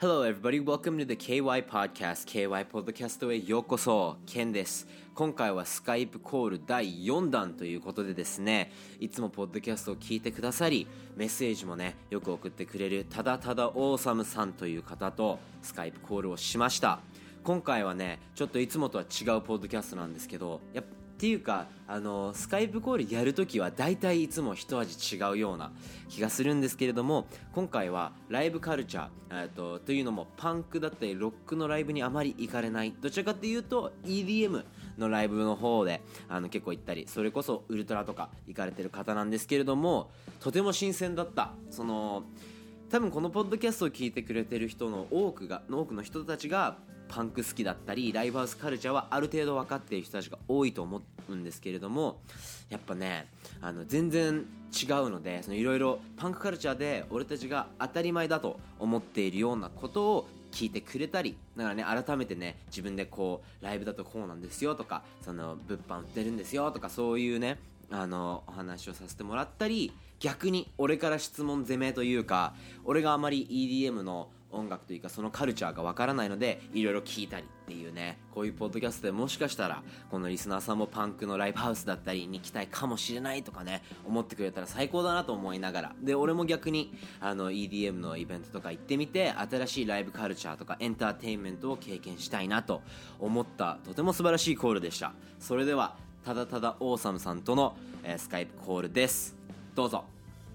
Hello everybody, welcome to the KY Podcast KY ポッドキャストへようこそ。ケンです。今回はスカイプコール第4弾ということでですね、いつもポッドキャストを聞いてくださり、メッセージもねよく送ってくれるただただオーサムさんという方とスカイプコールをしました。今回はねちょっといつもとは違うポッドキャストなんですけど、っていうかスカイプコールやるときはだいたいいつも一味違うような気がするんですけれども、今回はライブカルチャー、というのもパンクだったりロックのライブにあまり行かれない、どちらかというと EDM のライブの方で結構行ったり、それこそウルトラとか行かれてる方なんですけれども、とても新鮮だった。多分このポッドキャストを聞いてくれてる人の多くの人たちがパンク好きだったりライブハウスカルチャーはある程度分かっている人たちが多いと思うんですけれども、やっぱね全然違うので、いろいろパンクカルチャーで俺たちが当たり前だと思っているようなことを聞いてくれたり、だからね改めてね自分でこうライブだとこうなんですよとか、物販売ってるんですよとか、そういうねお話をさせてもらったり、逆に俺から質問攻めというか、俺があまり EDM の音楽というかそのカルチャーがわからないのでいろいろ聞いたりっていうね、こういうポッドキャストでもしかしたらこのリスナーさんもパンクのライブハウスだったりに来たいかもしれないとかね思ってくれたら最高だなと思いながら、で俺も逆にEDM のイベントとか行ってみて新しいライブカルチャーとかエンターテインメントを経験したいなと思った、とても素晴らしいコールでした。それではただただオーサムさんとの、スカイプコールです。どうぞ。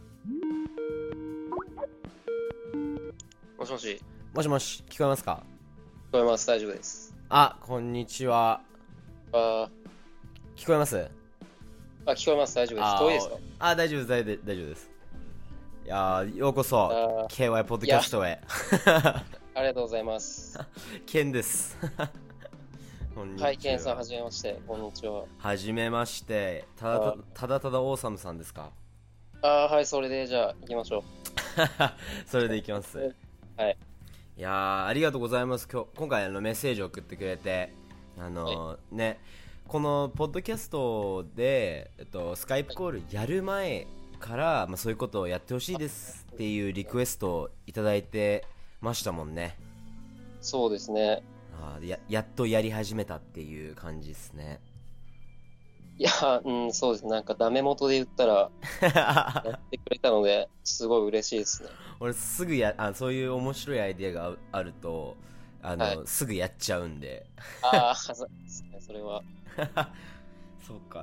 もしもし。 もしもし、聞こえますか？ 聞こえます。大丈夫です。 こんにちは。聞こえます？ 聞こえます。大丈夫です。遠いですか？ 大丈夫です。大丈夫です。いやようこそ KY ポッドキャストへ。 ありがとうございます。 ケンです。こんにちは。 はい、ケンさんはじめまして。こんにちは。 はじめまして。ただただオーサムさんですか？ はい、それでじゃあ行きましょう。 それで行きます。 はい。 いやありがとうございます。今回メッセージを送ってくれて、ね、このポッドキャストで、スカイプコールやる前から、そういうことをやってほしいですっていうリクエストをいただいてましたもんね。 そうですね。 やっとやり始めたっていう感じですね。 いや、そうですね。なんかダメ元で言ったらやってくれたのですごい嬉しいですね。 俺すぐそういう面白いアイデアがあるとすぐやっちゃうんで。 そうですね。それはそうか。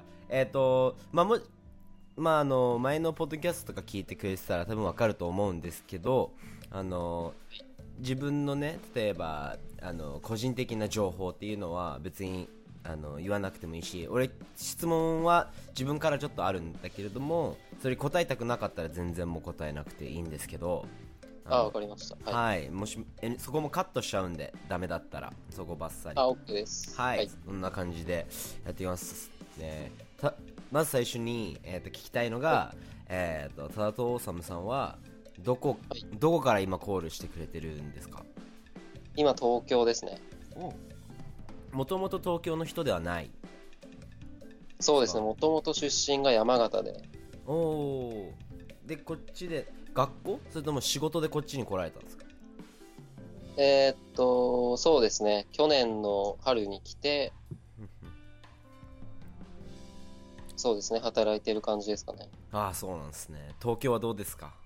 前のポッドキャストとか聞いてくれてたら多分わかると思うんですけど、自分のね例えば個人的な情報っていうのは別に言わなくてもいいし、俺質問は自分からちょっとあるんだけれども、それ答えたくなかったら全然もう答えなくていいんですけど、 わかりました。 はい、もしそこもカットしちゃうんでダメだったらそこバッサリ。 OK です。 はい、そんな感じでやっていきますね。まず最初に、聞きたいのが、ただとオーサムさんはどこから今コールしてくれてるんですか？ 今東京ですね。 もともと東京の人ではない？ そうですね。もともと出身が山形で。 でこっちで学校、それとも仕事でこっちに来られたんですか？ そうですね。去年の春に来てそうですね。働いてる感じですかね。 そうなんですね。東京はどうですか？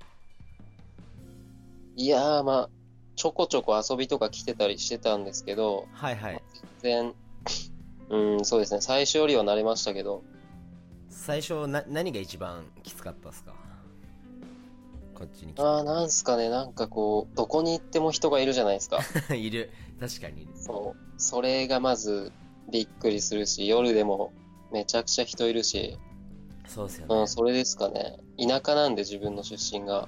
いやー、ちょこちょこ遊びとか来てたりしてたんですけど、 はいはい。 全然、そうですね。最初よりは慣れましたけど。 最初何が一番きつかったですか？こっちに来て。 なんすかね。なんかこう、どこに行っても人がいるじゃないですか。 いる。確かにいる。 そう。それがまずびっくりするし、夜でもめちゃくちゃ人いるし。 そうですよね。 それですかね。田舎なんで自分の出身が。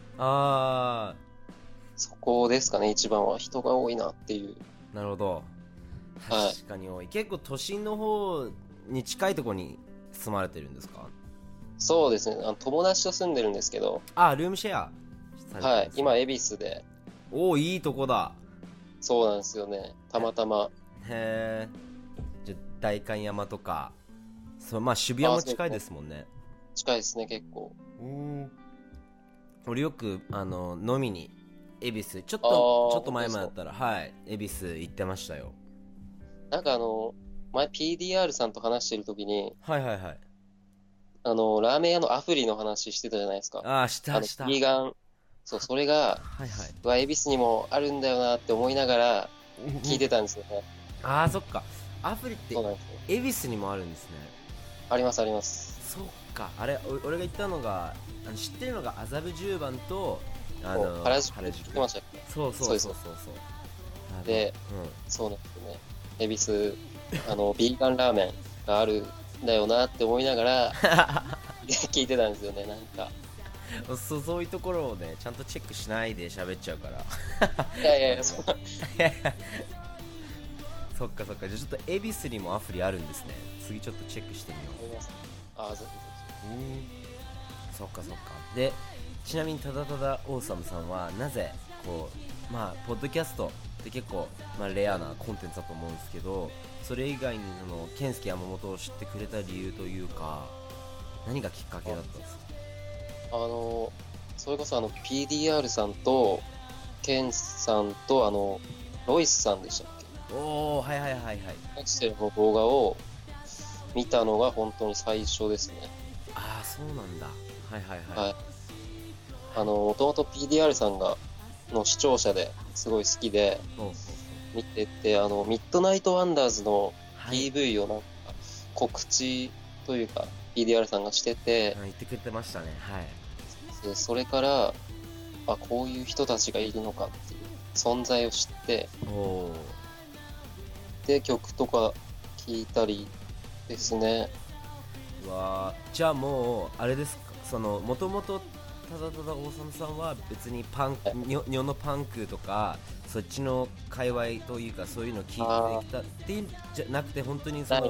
そこですかね。一番は人が多いなっていう。 なるほど。確かに多い。結構都心の方に近いところに住まれてるんですか？ そうですね。友達と住んでるんですけど。 ルームシェア。 はい。今恵比寿で。 いいとこだ。 そうなんですよね。たまたま。 へえ。じゃ代官山とか、渋谷も近いですもんね。 近いですね、結構。 俺よく飲みに恵比寿ちょっと前までだったら、はい、恵比寿行ってましたよ。 なんか前 PDR さんと話してる時に、 はいはいはい。 ラーメン屋のアフリの話してたじゃないですか。 ああ、したビーガン、そう、それが、 はいはい。 恵比寿にもあるんだよなって思いながら聞いてたんですよね。 ああ、そっか。アフリってそうなんですよ。 恵比寿にもあるんですね。 ありますあります。 そっか。あれ、俺が言ったのが、知ってるのが麻布十番と原宿って原宿。 言ってましたっけ？ そうそうそうそうそう。 で、そうなんですよね。恵比寿、ビーガンラーメンがあるんだよなって思いながら聞いてたんですよね、なんか。 そういうところをねちゃんとチェックしないで喋っちゃうからいやいやいや、そう。 そっかそっか。じゃあちょっと恵比寿にもアプリあるんですね。次ちょっとチェックしてみよう。 思います。ああ、ぜひぜそっかそっか。でちなみにただただオーサムさんはなぜこうポッドキャストって結構、レアなコンテンツだと思うんですけど、それ以外に健介山本を知ってくれた理由というか何がきっかけだったんですか？ ひ。それこそPDR さんと、ケンさんと、ロイスさんでしたっけ？ おお、はいはいはいはい。 アクセルの動画を見たのが本当に最初ですね。 ああ、そうなんだ。はいはいはい。 はい。もともと PDR さんの視聴者ですごい好きでほうほう見てて、ミッドナイトワンダーズのはい、 PV をなんか告知というか PDR さんがしてて、 言ってくれてましたね。はい。 でそれから、こういう人たちがいるのかっていう存在を知って、 おお。 で、曲とか聴いたりですね。 じゃあもうあれですか、もともとただただ大沢さんは別に日本のパンクとかそっちの界隈というかそういうのを聞いてきたっていうんじゃなくて、本当にはい。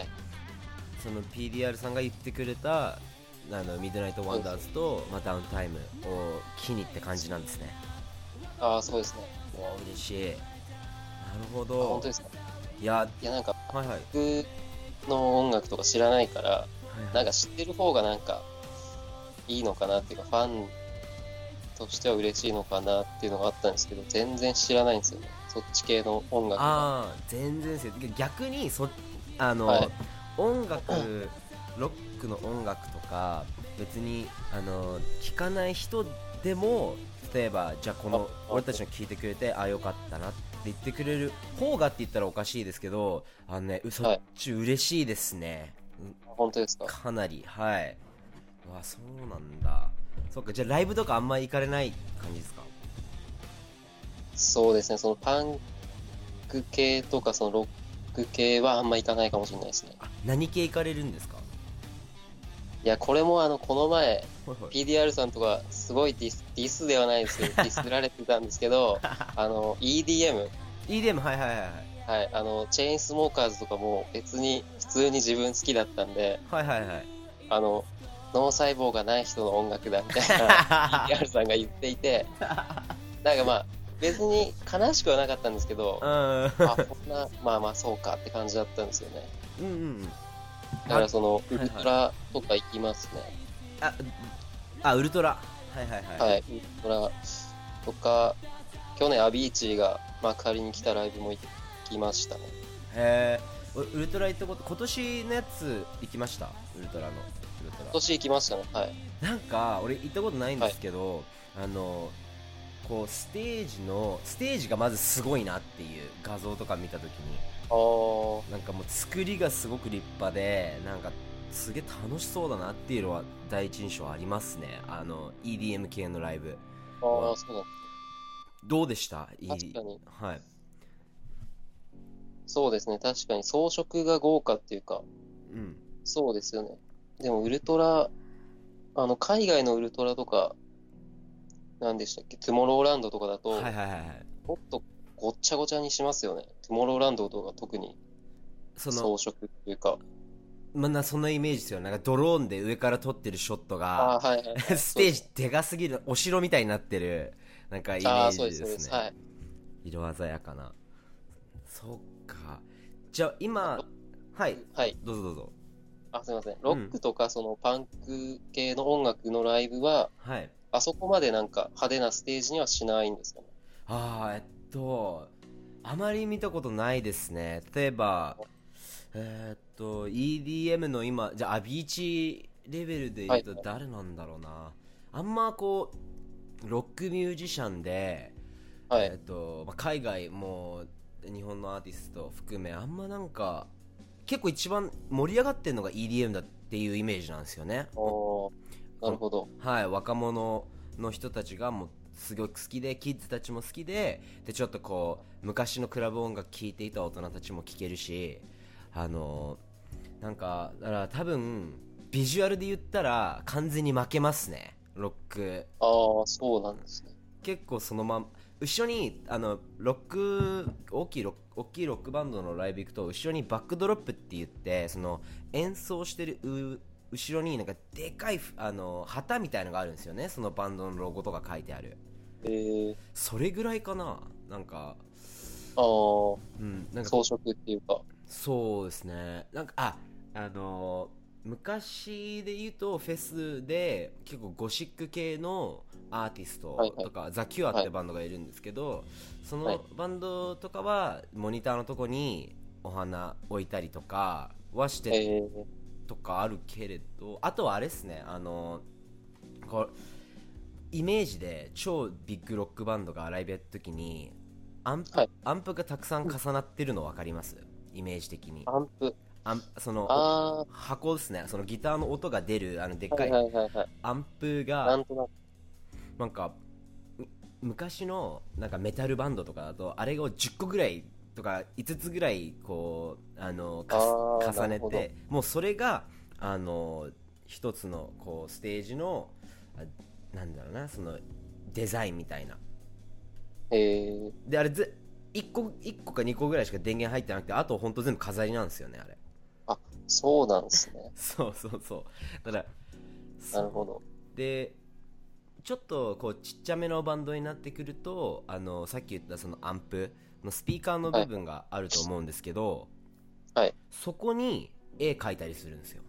その PDR さんが言ってくれたミッドナイトワンダーズと、ダウンタイムを機にって感じなんですね。 そうですね。 嬉しい。なるほど。 本当ですか？ いや、 いや、なんか、 はいはいはい僕の音楽とか知らないから、 はい。 なんか知ってる方がなんかいいのかなっていうか、ファンとしては嬉しいのかなっていうのがあったんですけど、全然知らないんですよね。そっち系の音楽が。 全然ですよ。逆にはい。 音楽ロックの音楽とか別に聴かない人でも、例えばじゃああ、 俺たちの聴いてくれてよかったなって言ってくれる方がって言ったらおかしいですけど、そっはい。 ち嬉しいですね。 本当ですか？ かなり。はい。そうなんだ。そっか。じゃあライブとかあんま行かれない感じですか？ そうですね。そのパンク系とか、そのロック系はあんま行かないかもしれないですね。 何系行かれるんですか？ いや、これもこの前、 はいはい。 PDR さんとか、すごいディスではないですけど、ディスられてたんですけど、EDM、 EDM。 はいはいはいはいはい、チェーンスモーカーズとかも別に普通に自分好きだったんで、 はいはいはい。 脳細胞がない人の音楽だみたいな PDR さんが言っていて、なんか別に悲しくはなかったんですけど、 うん。 こんな、そうかって感じだったんですよね。 うんうん。 だからウルトはいはい。 ラとか行きますね。 あウルトラ。はいはいはい。 はい、ウルトラとか、去年アビーチーが幕張に来たライブも行きましたね。 へえ。ウルトラ行ったこと、今年のやつ行きました？ウルトラのウルト今年行きましたね。はい。 ラなんか俺行ったことないんではい。 すけど、こうステージがまずすごいなっていう画像とか見た時に、 あーなんかもう作りがすごく立派で、なんかすげえ楽しそうだなっていうのは第一印象ありますね。EDM 系のライブはそうなんでどうでした？ す。確かに、 はい。 そうですね。確かに装飾が豪華っていうか、 うん。 そうですよね。でもウルトラ、海外のウルトラとか、なんでしたっけ、トゥモローランドとかだと、 はいはいはいはい。 もっとごっちゃごちゃにしますよね。トゥモローランドとか特にその装飾っていうか。 そのイメージですよ。なんかドローンで上から撮ってるショットがはいはいはい。 ステージそうですね。 でかすぎるお城みたいになってる、なんかイメーそうです、そうです。 ジですね。 はい。 色鮮やかな。そっか。じゃあ今、はい、 はい。 どうぞどうぞ。 すいません。ロッうん。 クとか、そのパンク系の音楽のライブは、 はい。 あそこまでなんか派手なステージにはしないんですかね。 ああまり見たことないですね。例えばEDM の今じゃあアビーチレベルで言うと誰なんだろうな。あんまこうロックミュージシャンで、 はい。 海外も日本のアーティスト含めあんまなんか結構一番盛り上がってるのが EDM だっていうイメージなんですよね。 おー、なるほど。 はい、若者の人たちがもうすごく好きで、キッズたちも好きでちょっとこう昔のクラブ音楽聴いていた大人たちも聴けるし、なんかだから多分ビジュアルで言ったら完全に負けますね、ロック。 ああ、そうなんですね。 結構そのまま後ろに大きいロックバンドのライブ行くと後ろにバックドロップって言って、その演奏してる後ろになんかでかい旗みたいのがあるんですよね。そのバンドのロゴとか書いてある。それぐらいかな。なんかああ、 なんか装飾っていうか。 そうですね。なんか昔で言うとフェスで結構ゴシック系のアーティスはいはい。 トとか、ザ・キュアってバンドがいるんですけど、そはい。 のバンドとかはモニターのとこにお花置いたりとかはしてー、 とかあるけれど、あとはあれですね、こうイメージで超ビッグロックバンドがライブやった時にはい。 アンプがたくさん重なってるの分かります？イメージ的にアンプ。 そのああ、 箱ですね。そのギターの音が出るでっはいかいはいはいはい。 アンプがなんとなく。 なんか昔のなんかメタルバンドとかだとあれを10個ぐらいとか5つぐらいこうああ、な重るほど。 ねて、もうそれが一つのこうステージのなんだろうな、そのデザインみたいな。 えー、 であれ1個か2個ぐらいしか電源入ってなくて、あとほんと全部飾りなんですよね、あれ。 あ、そうなんですね。 そうそうそう。だからそうなるほど。 でちょっとこうちっちゃめのバンドになってくるとさっき言ったそのアンプのスピーカーのはい。 部分があると思うんですけど、 はい。 そこに絵描いたりするんですよ。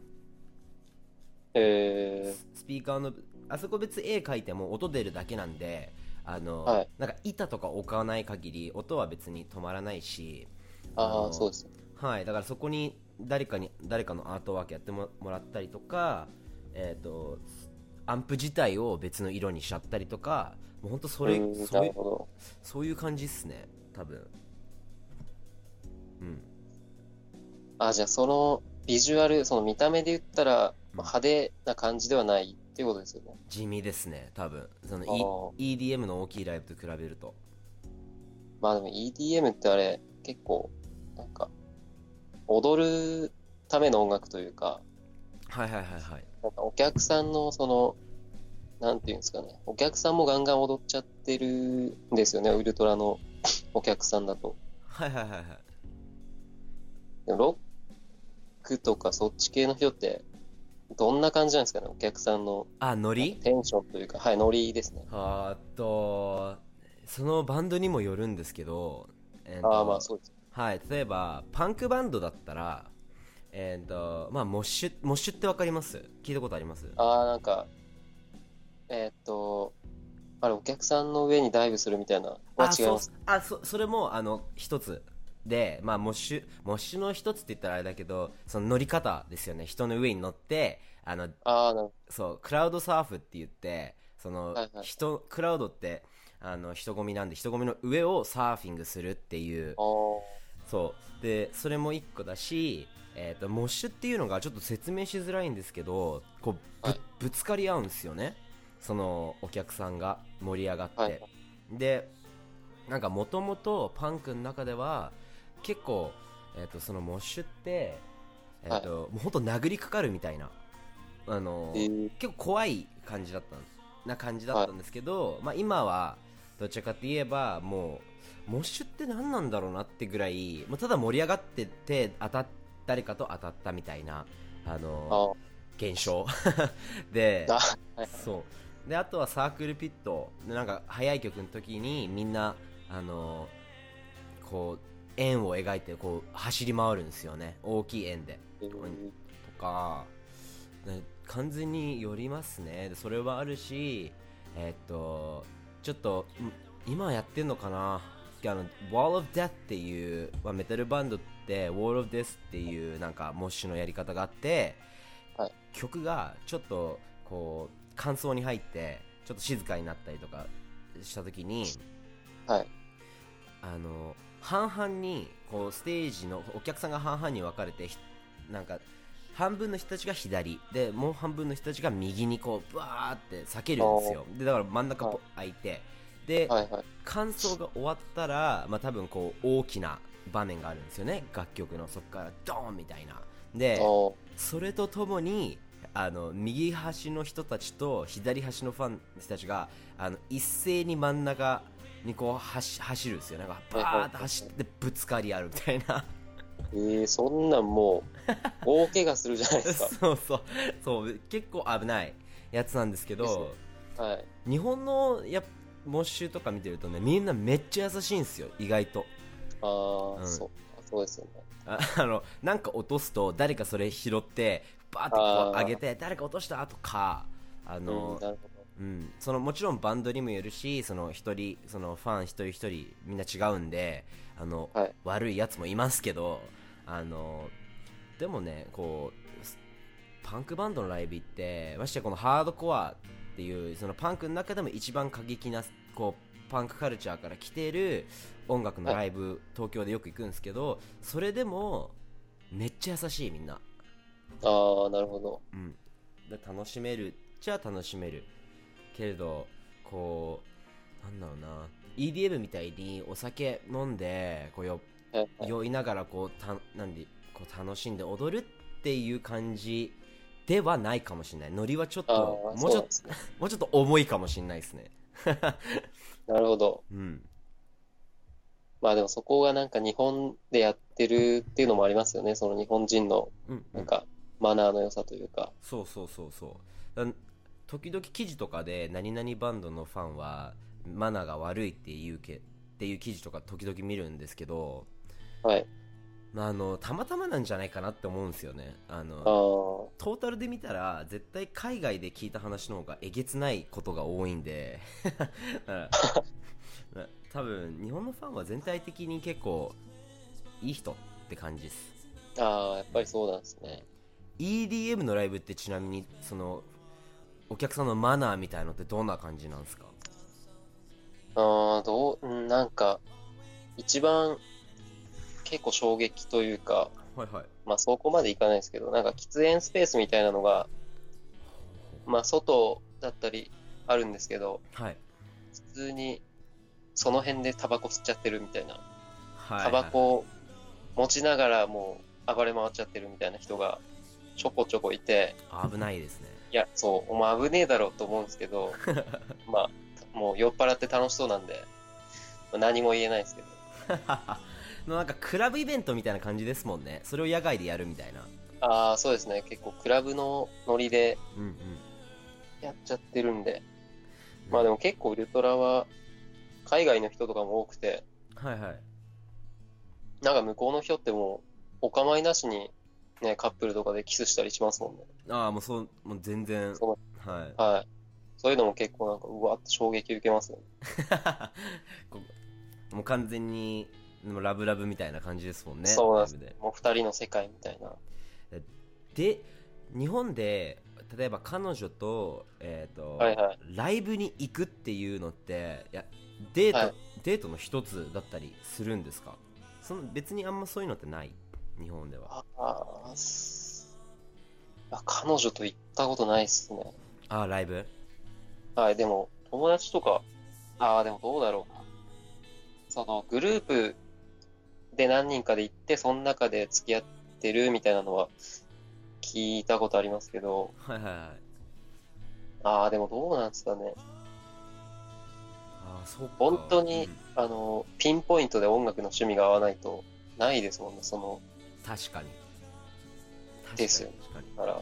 えスピーカーのあそこ別に絵描いても音出るだけなんで、 はい。 なんか板とか置かない限り音は別に止まらないし、あああ、そのうですね。 はい、だからそこに誰かのアートワークやってもらったりとか、えっ、とアンプ自体を別の色にしちゃったりとか、もうほんとなるほど。 そういう感じっすね、多分。うん。 あ、じゃあそのビジュアル、その見た目で言ったら、 うん。 まあ派手な感じではないっていうことですよね。 地味ですね、多分。その、 ああ。 EDM の大きいライブと比べると。 まあでも EDM ってあれ、結構、なんか、踊るための音楽というか、 はいはいはいはい。 なんかお客さんのその、なんていうんですかね、お客さんもガンガン踊っちゃってるんですよね、ウルトラのお客さんだと。 はいはいはいはい。 でもロックとかそっち系の人って、どんな感じなんですかね、お客さんの、 あ、ノリ。 なんかテンションというか、はい、ノリですね。 そのバンドにもよるんですけど、 ああ、まあそうです。 はい、例えばパンクバンドだったら、まあモッシュってわかります？聞いたことあります？ ああ、なんか、えーっと、あれ、お客さんの上にダイブするみたいなのはあ、 違います。 それも一つで、まあモッシュの一つって言ったらあれだけど、その乗り方ですよね。人の上に乗ってああ、 そうクラウドサーフって言って、そのはいはい。 クラウドって人混みなんで、人混みの上をサーフィングするっていう。 ああ、 そうでそれも一個だし、モッシュっていうのがちょっと説明しづらいんですけど、こうはい、 ぶつかり合うんですよね、そのお客さんが盛り上がっはい、 て。でなんかもともとパンクの中では結構、そのモッシュって、 はい。 もうほんと殴りかかるみたいな、 えー、 結構怖い感じだった感じだっはい。 たんですけど、まあ、今はどちらかといえばもうモッシュって何なんだろうなってぐらい、もうただ盛り上がってて誰かと当たったみたいなあのあ現象で、 あ、はい、 そうであとはサークルピットで、なんか速い曲の時にみんなあのこう円を描いてこう走り回るんですよね、大きい円で。とか、ね、完全によりますね。でそれはあるし、 ちょっと今やってんのかな、Wall of Death っていう、メタルバンドって Wall of Death っていうなんかモッシュのやり方があって、 はい、 曲がちょっとこう間奏に入ってちょっと静かになったりとかした時に、 はい、 半々にこうステージのお客さんが半々に分かれて、なんか半分の人たちが左でもう半分の人たちが右にこうバーって避けるんですよ。でだから真ん中空いて、で、 はいはい、 間奏が終わったら、多分こう大きな場面があるんですよね、楽曲の。そこからドーンみたいなで、それとともに右端の人たちと左端のファンの人たちが一斉に真ん中にこう走るんですよ。なんかバーッと走ってぶつかり合うみたいなそんなんもう大怪我するじゃないですかそう結構危ないやつなんですけど、 はい、 日本のモッシュとか見てるとね、みんなめっちゃ優しいんですよ、意外と。 そうですよね。 なんか落とすと誰かそれ拾ってバーってこう上げて、誰か落としたとか、 なるほど。 そのもちろんバンドにもよるし、そのファン一人一人みんな違うんで、 はい、 悪いやつもいますけど、でもね、こうパンクバンドのライブ行って、ましてこのハードコアっていうそのパンクの中でも一番過激なこうパンクカルチャーから来てる音楽のライブ、東京でよく行くんですけど、それでもめっちゃ優しい、みんな。 なるほど。 で楽しめるっちゃ楽しめるけれど、こうなんだろうな、 EDM みたいにお酒飲んでこう酔いながらこう楽しんで踊るっていう感じではないかもしれない。ノリはちょっともうちょっと重いかもしれないですねなるほど。まあでもそこがなんか日本でやってるっていうのもありますよね。その日本人のなんかマナーの良さというか。 そう時々記事とかで何々バンドのファンはマナーが悪いっていう記事とか時々見るんですけど、 はい、 たまたまなんじゃないかなって思うんですよね。トータルで見たら絶対海外で聞いた話の方がえげつないことが多いんで多分日本のファンは全体的に結構いい人って感じです。 やっぱりそうなんですね。 EDM のライブってちなみにそのお客さんのマナーみたいのってどんな感じなんですか？ なんか一番結構衝撃というか、まあそこまでいかないですけど、なんか喫煙スペースみたいなのがまあ外だったりあるんですけど、普通にその辺でタバコ吸っちゃってるみたいな、タバコを持ちながらもう暴れ回っちゃってるみたいな人がちょこちょこいて、 危ないですね。 いや、お前危ねえだろうと思うんですけどまあもう酔っ払って楽しそうなんで、何も言えないですけどなんかクラブイベントみたいな感じですもんね。それを野外でやるみたいな。 そうですね。結構クラブのノリでやっちゃってるんで、まあでも結構ウルトラは海外の人とかも多くて、なんか向こうの人ってもうお構いなしにね、カップルとかでキスしたりしますもんね。 もう全然。 そういうのも結構なんかうわって衝撃受けますよねもう完全にラブラブみたいな感じですもんね。 そうなんです。もう二人の世界みたいな。 で、日本で例えば彼女と、ライブに行くっていうのって、デートの一つだったりするんですか？別にあんまそういうのってない？日本では。 彼女と行ったことないっすね。 ライブ？ でも友達とか、でもどうだろうな。そのグループで何人かで行って、その中で付き合ってるみたいなのは聞いたことありますけど、でもどうなんですかね。本当に、ピンポイントで音楽の趣味が合わないとないですもんね。 確かにですよ。だから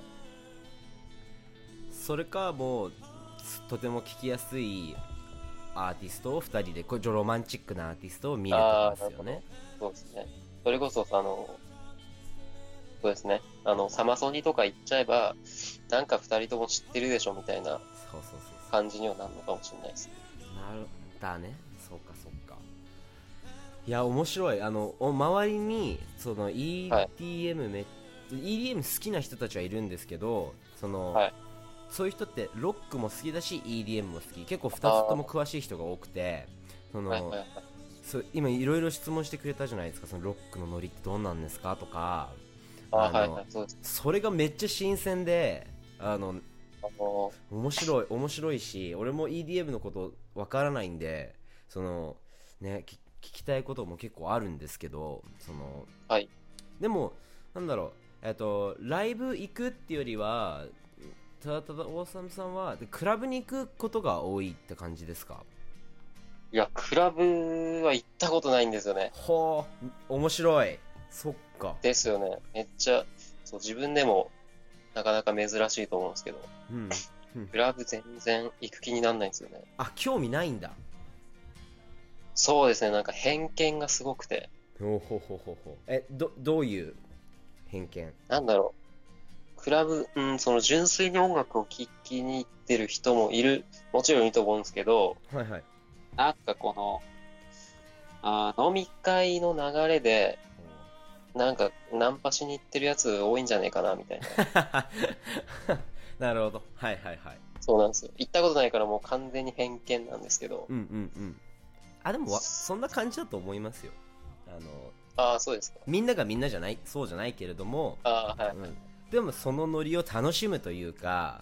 それかもうとても聴きやすいアーティストを2人でロマンチックなアーティストを見るとかですよね。 そうですね。それこそそうですね。サマソニとか行っちゃえばなんか2人とも知ってるでしょみたいな。 感じにはなるのかもしれないですね。 なるだね。そうかそうか。いや面白い。周りにその EDM EDM 好きな人たちはいるんですけど、 はい、 そういう人ってロックも好きだし EDM も好き、結構2つとも詳しい人が多くて、はいはいはい、今いろいろ質問してくれたじゃないですか。そのロックのノリってどうなんですかとか、 はいはい、そうです。 それがめっちゃ新鮮で、面白いし、俺も EDM のことわからないんで、ね、聞きたいことも結構あるんですけど、 はい、 でもなんだろう、ライブ行くっていうよりは、ただ大サムさんはクラブに行くことが多いって感じですか？ いや、クラブは行ったことないんですよね。 ほう、面白い。そっか。 ですよね。めっちゃ、そう、自分でもなかなか珍しいと思うんですけど、クラブ全然行く気にならないんですよね。 あ、興味ないんだ。 そうですね、なんか偏見がすごくて。 ほう。どういう偏見？ なんだろう。クラブ、その純粋に音楽を聴きに行ってる人ももちろんいると思うんですけど、 はいはい。 なんか飲み会の流れで、なんかナンパしに行ってるやつ多いんじゃねえかなみたいな。 なるほど。はいはいはい。 そうなんですよ。行ったことないからもう完全に偏見なんですけど。 あ、でもそんな感じだと思いますよ。 そうですか。 みんながみんなじゃない、そうじゃないけれども、 はい、 でもそのノリを楽しむというか、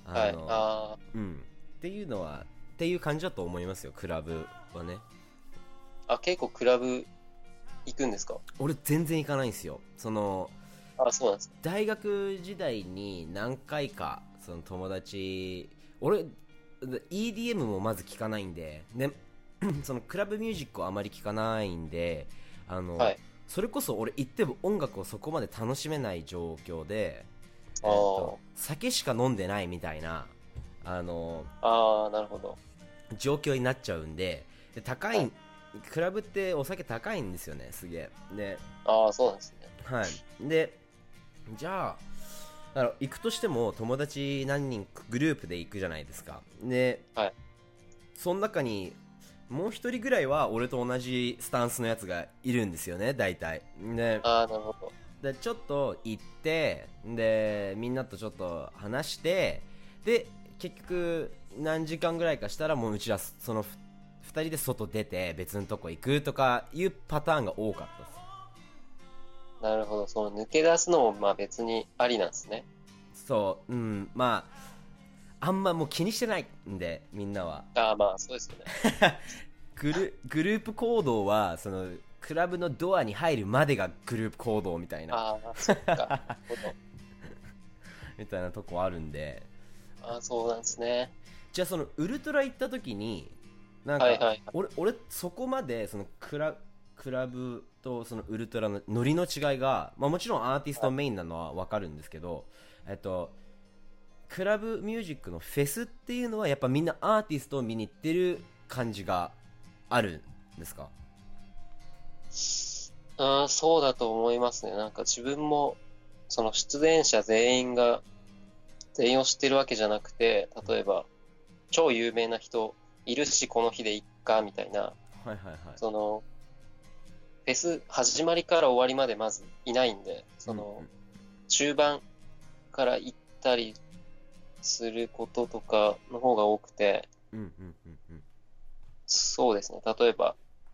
っていうのはっていう感じだと思いますよ、クラブはね。 結構クラブ行くんですか？ 俺全然行かないんですよ。 そうなんですか。 大学時代に何回かその友達、俺 EDM もまず聞かないんで、ね、そのクラブミュージックをあまり聞かないんで、はい、それこそ俺行っても音楽をそこまで楽しめない状況で、酒しか飲んでないみたいな、 なるほど、 状況になっちゃうんで、高い、はい、クラブってお酒高いんですよね、すげえ。で、 そうなんですね。 はい。で、じゃあ行くとしても友達何人グループで行くじゃないですか。で、はい、その中にもう一人ぐらいは俺と同じスタンスのやつがいるんですよね、大体。で、 なるほど。 でちょっと行って、でみんなとちょっと話して、で結局何時間ぐらいかしたらもううちらその2人で外出て別のとこ行くとかいうパターンが多かったです。 なるほど。その抜け出すのもまあ別にありなんですね。 そう、まああんまもう気にしてないんで、みんなは。 まあそうですよね。 グループ行動はそのクラブのドアに入るまでがグループ行動みたいな。 そっか。 みたいなとこあるんで。 そうなんですね。 じゃあそのウルトラ行った時になんか、はいはい、俺そこまでそのクラブとそのウルトラのノリの違いが、まあ、もちろんアーティストメインなのは分かるんですけど、クラブミュージックのフェスっていうのはやっぱみんなアーティストを見に行ってる感じがあるんですか？ そうだと思いますね。なんか自分もその出演者全員を知ってるわけじゃなくて、例えば超有名な人いるしこの日でいっかみたいな、 はいはいはい、 そのフェス始まりから終わりまでまずいないんで、その中盤から行ったりすることとかの方が多くて、そうですね。例えば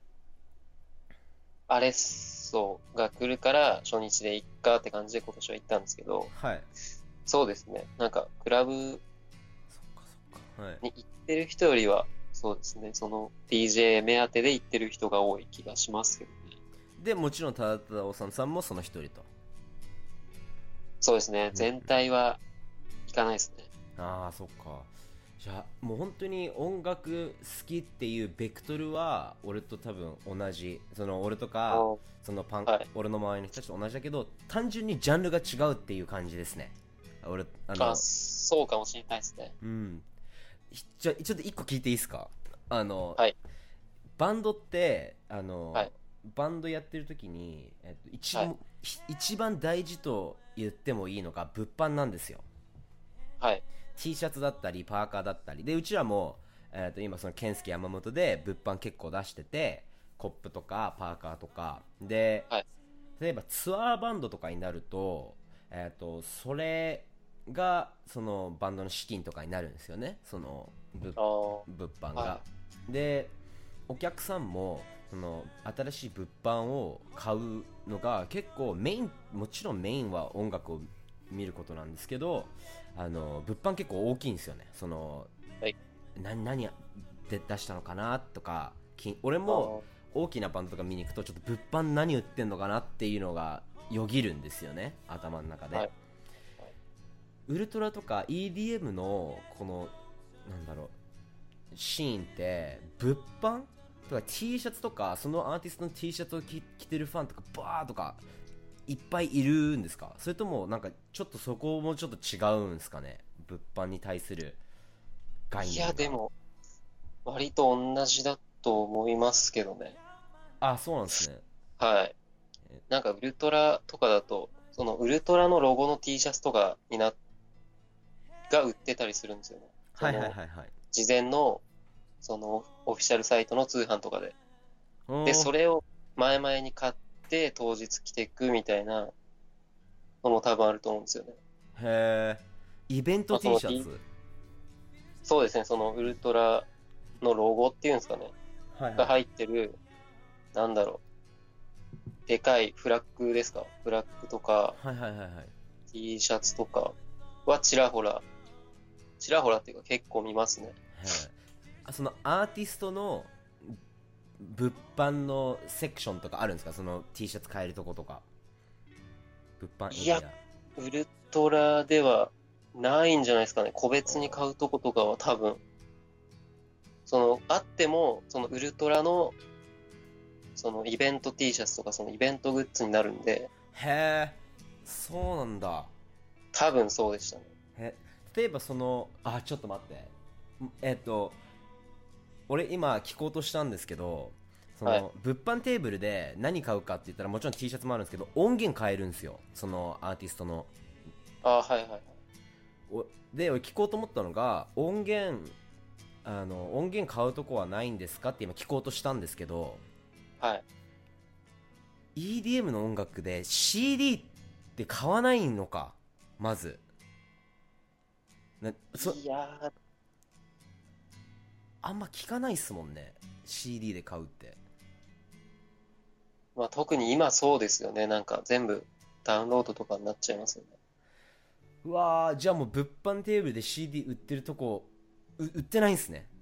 アレッソが来るから初日で行っかって感じで今年は行ったんですけど、 はい、 そうですね。なんかクラブに行ってる人よりは、そうですね。その DJ 目当てで行ってる人が多い気がしますけどね。 でもちろんただおさんもその一人と。 そうですね。全体は行かないですね。 そっか。じゃあもう本当に音楽好きっていうベクトルは俺と多分同じ。その俺とかそのはい、俺の周りの人たちと同じだけど、単純にジャンルが違うっていう感じですね。俺そうかもしれないですね。 じゃあちょっと一個聞いていいですか？ はい、 バンドってはい、 バンドやってる時に、一番大事と言ってもいいのが物販なんですよ。 はい。 T シャツだったりパーカーだったりで、うちらも、今その健介山本で物販結構出してて、コップとかパーカーとかで、 はい。 例えばツアーバンドとかになると、それがそのバンドの資金とかになるんですよね、その物販が、 はでお客さんもその新しい物販を買うのが結構もちろんメインは音楽を見ることなんですけど、物販結構大きいんですよね。その、 はい。 何で出したのかなとか、俺も大きなバンドとか見に行くとちょっと物販何売ってんのかなっていうのがよぎるんですよね、頭の中で、 はい。 ウルトラとか EDM のこのなんだろうシーンって物販とか T シャツとかそのアーティストの T シャツを着てるファンとかバーとかいっぱいいるんですか？それともなんかちょっとそこもちょっと違うんですかね、物販に対する概念が。 いや、でも、割と同じだと思いますけどね。 あ、そうなんですね。 はい。なんかウルトラとかだと、そのウルトラのロゴの T シャツとかが売ってたりするんですよね。そはいはいの、 はいはい。 事前の、その、オフィシャルサイトの通販とかで。で、それを前々に買って当日着ていくみたいなのも多分あると思うんですよね。 へえ、イベント T シャツ、 そうですね、そのウルトラのロゴっていうんですかね、 はいはいが入ってる、なんだろう、でかいフラッグですか、フラッグとか、 はいはいはいはい。 T シャツとかはちらほらっていうか結構見ますね。 そのアーティストの物販のセクションとかあるんですか？その T シャツ買えるとことか物販エいや、 リア。 ウルトラではないんじゃないですかね。個別に買うとことかは多分、その、あっても、そのウルトラの、そのイベント T シャツとかそのイベントグッズになるんで、 へえ、そうなんだ。 多分そうでしたね。 例えばそのちょっと待って、俺今聞こうとしたんですけど、そはい。 の物販テーブルで何買うかって言ったらもちろん T シャツもあるんですけど音源買えるんですよ、そのアーティストの。 はいはいはい。 で俺聞こうと思ったのが音源買うとこはないんですかって今聞こうとしたんですけど、 はい。 EDM の音楽で CD って買わないのか、まず。 いやー、 あんま聞かないっすもんね、 CD で買うって。 まあ特に今そうですよね。なんか全部ダウンロードとかになっちゃいますよね。 うわー、じゃあもう物販テーブルで CD 売ってるとこ売ってないんすね。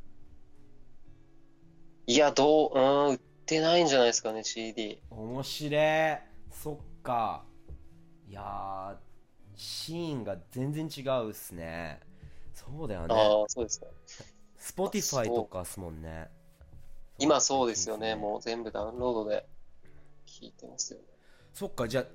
いや、売ってないんじゃないですかね、CD。 面白い。そっか。いやー、シーンが全然違うっすね。そうだよね。 ああ、そうですか。 Spotify とそう。 かっすもんね。 今最そうですよね。 近っすね。 もう全部ダウンロードで聞いてますよね。 そっか、じゃあ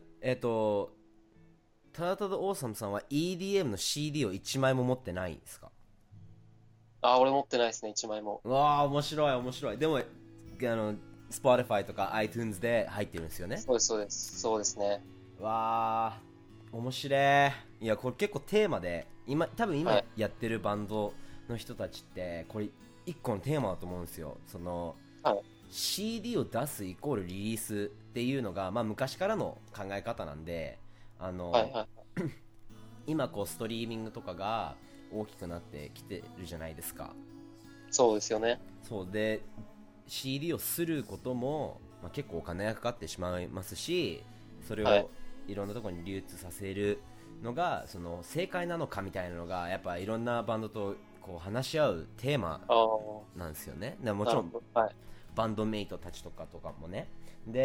ただただオーサムさんは EDM の CD を1枚も持ってないんですか？ ああ、俺持ってないですね、一枚も。 うわー、面白い面白い。でもSpotify とか iTunes で入ってるんですよね。 そうです、そうです。そうですね。 わー、面白い。いや、これ結構テーマで多分今はい。 やってるバンドの人たちってこれ一個のテーマだと思うんですよ。そのはい。 CD を出すイコールリリースっていうのが、まあ、昔からの考え方なんで、 はい、はい。 今こうストリーミングとかが大きくなってきてるじゃないですか。 そうですよね。 そうで CD をすることも、まあ、結構お金がかかってしまいますし、それはい。 をいろんなところに流通させるのがその正解なのかみたいなのがやっぱいろんなバンドとこう話し合うテーマああ、 なんですよね。でもちろんなるほど。はい。 バンドメイトたちとかもね。で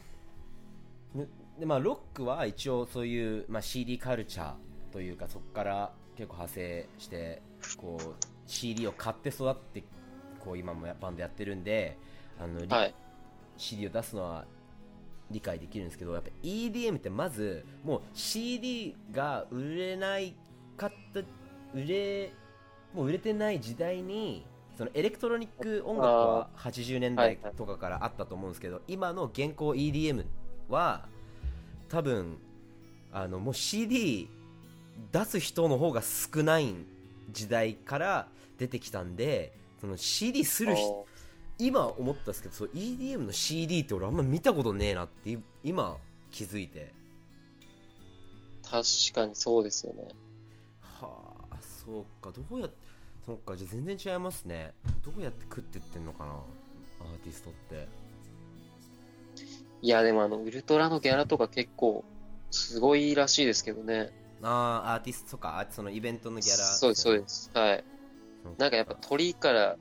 まあ、ロックは一応そういう、まあ、CD カルチャーというかそこから結構派生してこう CD を買って育ってこう今もバンドやってるんではい。 CD を出すのは理解できるんですけど、やっぱ EDM ってまずもう CD が売れないかったもう売れてない時代にそのエレクトロニック音楽あは80年あ、はい、 代はい。 とかからあったと思うんですけど、今の現行 EDM は多分もう CD 出す人の方が少ない時代から出てきたんで、その CD する人、今思ったんですけど、そう EDM の CD って俺あんま見たことねえなって今気づいて。 確かにそうですよね。 はあ、そうか。どうやって、そうか、じゃあ全然違いますね。どうやって食ってってんのかな、アーティストって。 いや、でもウルトラのギャラとか結構すごいらしいですけどね。 ああ、アーティストとか、そのイベントのギャラ、 そうです、そうです。はい。なんかやっぱ鳥から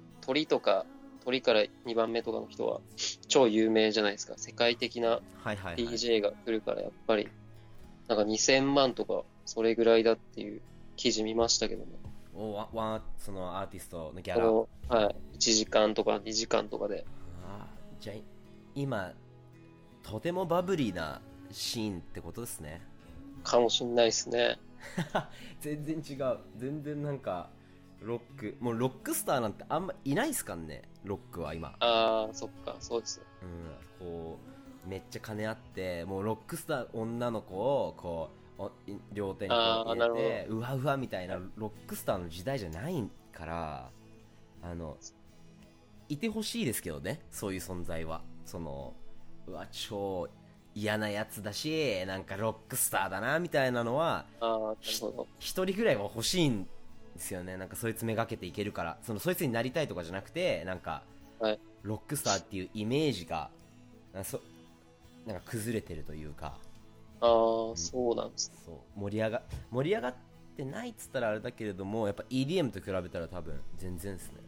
2番目とかの人は超有名じゃないですか。世界的な DJ が来るからやっぱり、なんか2000万とかそれぐらいだっていう記事見ましたけどね。 そのアーティストのギャラ。はい。1時間とか2時間とかで。 じゃあ今、とてもバブリーなシーンってことですね。 かもしんないですね。 全然違う。全然なんかロック、もうロックスターなんてあんまいないっすかんね、ロックは今。 ああ、そっか、そうですね。 こうめっちゃ金あって、もうロックスター女の子をこう両手にこう入れてうわうわみたいなロックスターの時代じゃないから、いてほしいですけどね、そういう存在は。そのうわ超嫌なやつだし、なんかロックスターだなみたいなのは一人ぐらいは欲しいんですよね。なんかそいつめがけていけるから、そいつになりたいとかじゃなくて、なんか、ロックスターっていうイメージがなんか崩れてるというか。 そうなんです、 そう盛り上がってないっつったらあれだけれども、やっぱ EDM と比べたら多分全然です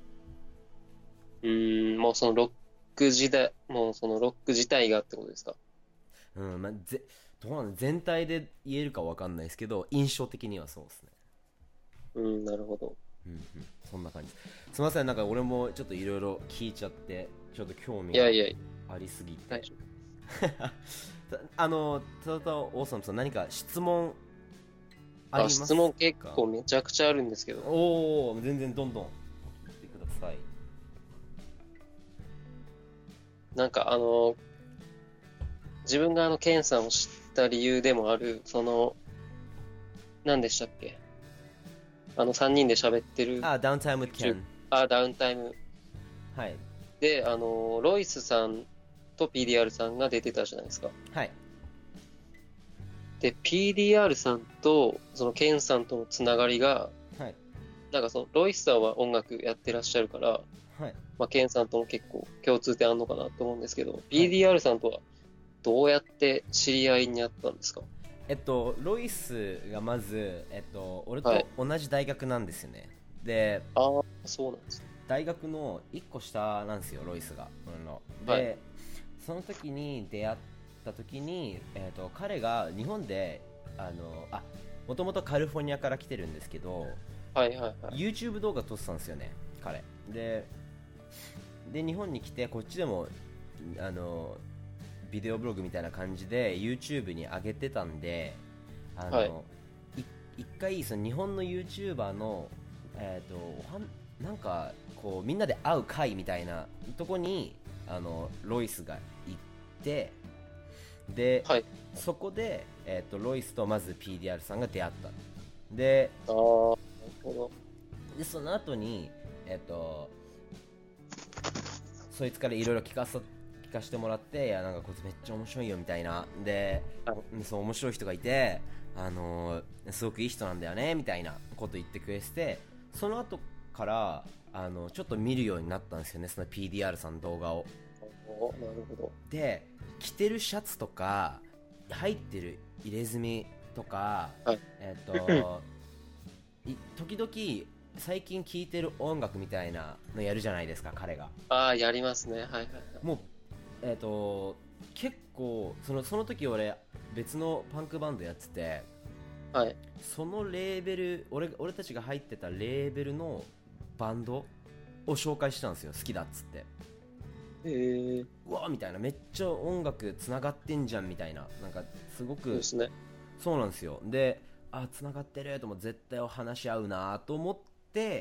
ね。もうそのロック時代、もうそのロック自体がってことですか。 どうなん全体で言えるか分かんないですけど、印象的にはそうですね。 なるほど。 そんな感じ。すみません、なんか俺もちょっといろいろ聞いちゃってちょっと興味がありすぎて。ただオーサムさん、何か質問ありますか？ 質問結構めちゃくちゃあるんですけど。 全然どんどん聞いてください。 なんか自分がケンさんを知った理由でもある、何でしたっけ、3人で喋ってる。 ダウンタイムケン。 ダウンタイム。 はい。 で、ロイスさんと PDR さんが出てたじゃないですか。 はい。 で、PDR さんと、ケンさんとのつながりが、 はい。 なんかロイスさんは音楽やってらっしゃるから、 はい。 ケンさんとも結構共通点あるのかなと思うんですけど、PDR さんとはどうやって知り合いになったんですか？ ロイスがまず、俺と同じ大学なんですよね。で、 そうなんです。 大学の1個下なんですよ、ロイスが。で、その時に出会った時に、彼が日本でもともとカリフォルニアから来てるんですけど、YouTube 動画撮ってたんですよね、彼で。日本に来てこっちでもビデオブログみたいな感じで YouTube に上げてたんで、一回その日本の YouTuber のなんかこうみんなで会う会みたいなとこにロイスが行って、で、そこで、ロイスとまず PDR さんが出会った。で、その後にそいつからいろいろ聞かせてもらって、いやなんかこいつめっちゃ面白いよみたいな、で、そう面白い人がいて、すごくいい人なんだよねみたいなこと言ってくれて、その後からちょっと見るようになったんですよね、その PDR さんの動画を。 なるほど。 で、着てるシャツとか入ってる入れ墨とか、時々最近聴いてる音楽みたいなのやるじゃないですか、彼が。 やりますね。 もう結構その時俺別のパンクバンドやってて、そのレーベル、俺たちが入ってたレーベルのバンドを紹介したんですよ、好きだっつって。うわみたいな、めっちゃ音楽つながってんじゃんみたいな、なんかすごくそうなんですよ。で、つながってるとも絶対話し合うなと思って、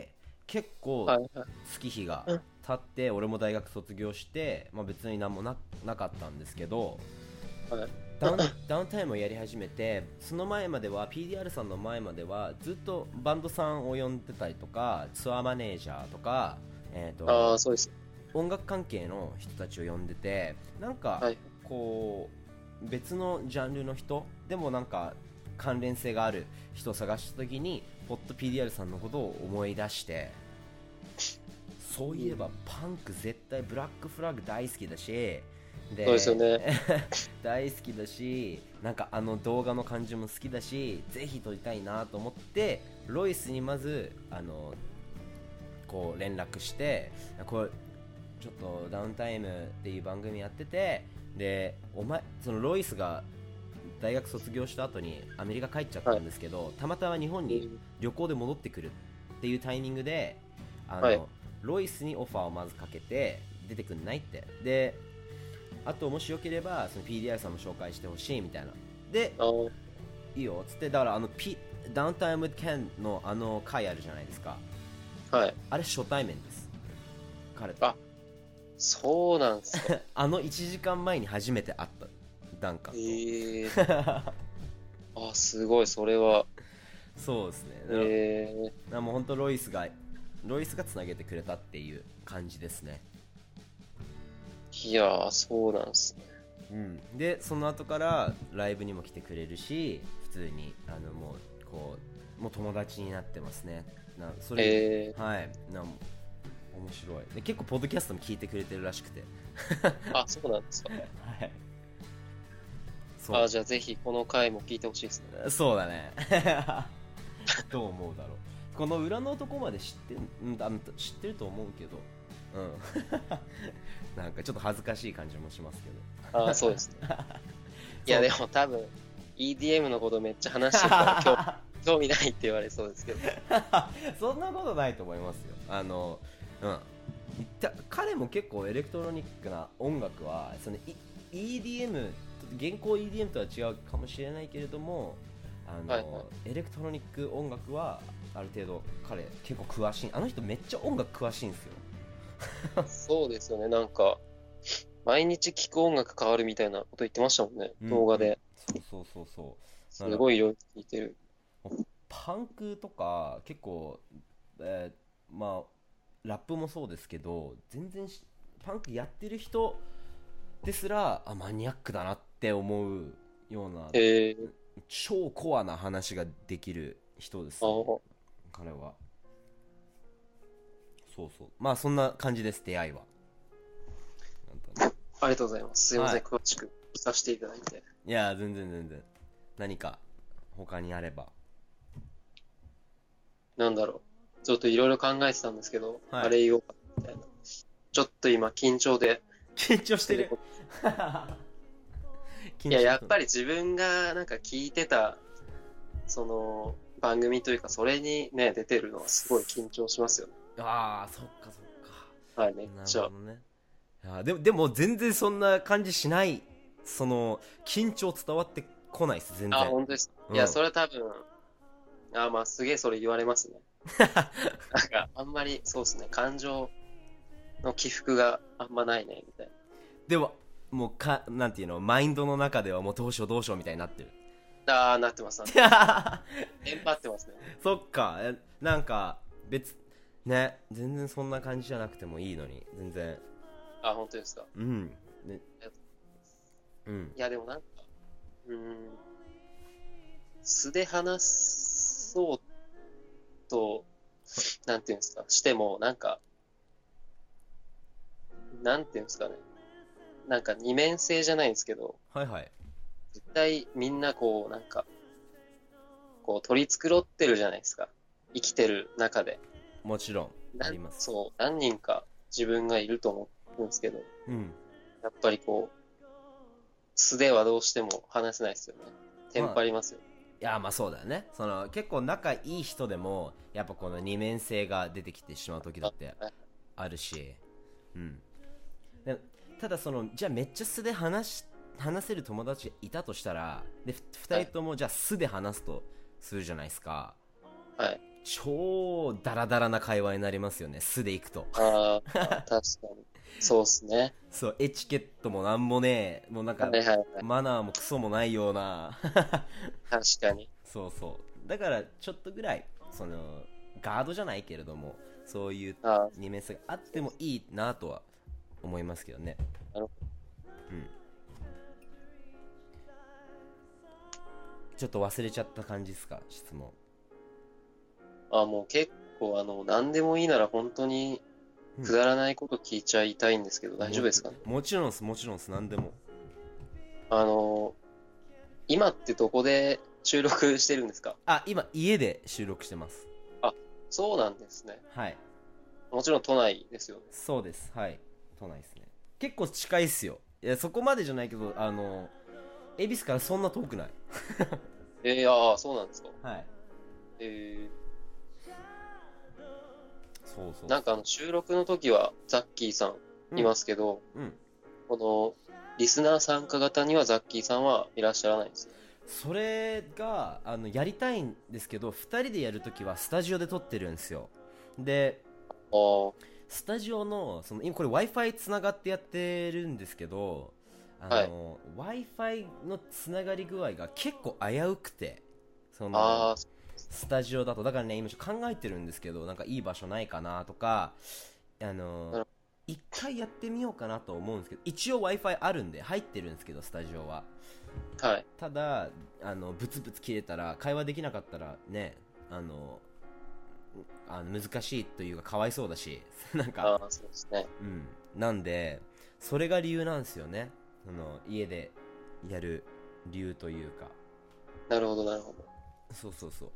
結構月日が経って、俺も大学卒業して、別に何もなかったんですけど、 ダウンタイムをやり始めて、その前までは PDR さんの前まではずっとバンドさんを呼んでたりとか、ツアーマネージャーとか、 そうです。 音楽関係の人たちを呼んでて、なんか、 はい、 こう別のジャンルの人でもなんか関連性がある人を探した時にポッド PDR さんのことを思い出して、そういえばパンク絶対ブラックフラッグ大好きだし、でそうですよね大好きだし、なんかあの動画の感じも好きだし、ぜひ撮りたいなと思ってロイスにまずこう連絡して、これちょっとダウンタイムっていう番組やってて、でそのロイスが大学卒業した後にアメリカ帰っちゃったんですけど、たまたま日本に旅行で戻ってくるっていうタイミングでロイスにオファーをまずかけて出てくんないって、であともしよければその PDR さんも紹介してほしいみたいなで、いいよっつって、だからダウンタイムケンの回あるじゃないですか。 はい。 あれ初対面です、彼と。 そうなんですか。 1時間前に初めて会ったダンカンと。 すごい、それは。 そうですね。もう本当ロイスがつなげてくれたっていう感じですね。 いやー、そうなんですね。 うん、でその後からライブにも来てくれるし、普通にもう友達になってますね。それ、はい、面白いで、結構ポッドキャストも聞いてくれてるらしくてそうなんですか。 はい。 じゃあぜひこの回も聞いてほしいですね。 そうだねどう思うだろう。この裏の男まで知ってると思うけど、なんかちょっと恥ずかしい感じもしますけど。 そうですねいやでも多分 EDM のことめっちゃ話してるから興味ないって言われそうですけどそんなことないと思いますよ。彼も結構エレクトロニックな音楽はEDM、現行 EDM とは違うかもしれないけれども、エレクトロニック音楽はある程度彼結構詳しい。あの人めっちゃ音楽詳しいんですよそうですよね。なんか毎日聴く音楽変わるみたいなこと言ってましたもんね、動画で。 そうすごいいろいろ聞いてる。 パンクとか結構、ラップもそうですけど、全然パンクやってる人ですらマニアックだなって思うような、超コアな話ができる人です、ね、彼は。そうそんな感じです、出会いは。 ありがとうございます。すいません、詳しく聞かせていただいて。 いや全然何か他にあれば。 なんだろう、ちょっといろいろ考えてたんですけど、あれ言おうかみたいな。ちょっと今緊張してるいや、やっぱり自分がなんか聞いてたその番組というか、それにね出てるのはすごい緊張しますよね。 そっか。 はい、めっちゃ。 なるほどね。でも全然そんな感じしない。その緊張伝わってこないです、全然。 本当です。いや、それは多分すげえそれ言われますねなんかあんまりそうですね、感情の起伏があんまないねみたいな。 でももうなんていうの、マインドの中ではもうどうしようみたいになってる。 なってますテンパってますね。 そっか。なんかね、全然そんな感じじゃなくてもいいのに、全然。 本当ですか。 ね、 いやでもなんか素で話そうとなんていうんですかしても、なんかなんていうんですかね、なんか二面性じゃないんですけど、絶対みんなこうなんかこう取り繕ってるじゃないですか、生きてる中で。 もちろんあります。 そう、何人か自分がいると思うんですけど、やっぱりこう素ではどうしても話せないですよね。テンパりますよ。 いやそうだよね。結構仲いい人でもやっぱこの二面性が出てきてしまう時だってあるし、でただじゃあめっちゃ素で話せる友達がいたとしたら、で2人ともじゃあ素で話すとするじゃないですか。超ダラダラな会話になりますよね、素でいくと。 確かに。 そうっすね。 そう、エチケットもなんもね、もうなんか、 はいはいはい。 マナーもクソもないような。 確かに。 そうそう。だから、ちょっとぐらい、ガードじゃないけれども、そういうああ、 二面性があってもいいなとは思いますけどね。 なるほうん。ちょっと忘れちゃった感じですか、質問。 ど。もう結構何でもいいなら本当にくだらないこと聞いちゃいたいんですけど、大丈夫ですかね。 もちろんです、もちろんです、何でも。 あの、今ってどこで収録してるんですか？ あ、今、家で収録してます。 あ、そうなんですね。 はい。 もちろん都内ですよね。 そうです。はい。都内ですね。結構近いっすよ。いや、そこまでじゃないけど、恵比寿からそんな遠くない。 そうなんですか。 はい。 えそうそうそう。 なんか収録の時はザッキーさんいますけど、 うん。 このリスナー参加型にはザッキーさんはいらっしゃらないんですよ。 それが、やりたいんですけど、2人でやるときはスタジオで撮ってるんですよ。で、 ああ、 スタジオの、今これ Wi-Fi つながってやってるんですけど、 はい。 Wi-Fi のつながり具合が結構危うくて、 ああ、 スタジオだと。だからね、今ちょっと考えてるんですけど、なんかいい場所ないかなとか、あのなる一回やってみようかなと思うんですけど、一応 Wi-Fi あるんで入ってるんですけど、スタジオは。 はい。 ただ、ブツブツ切れたら、会話できなかったらね、難しいというか、かわいそうだし、なんか、 そうですね。 うん。なんで、それが理由なんですよね。家でやる理由というか。 なるほど、なるほど。 そうそうそう。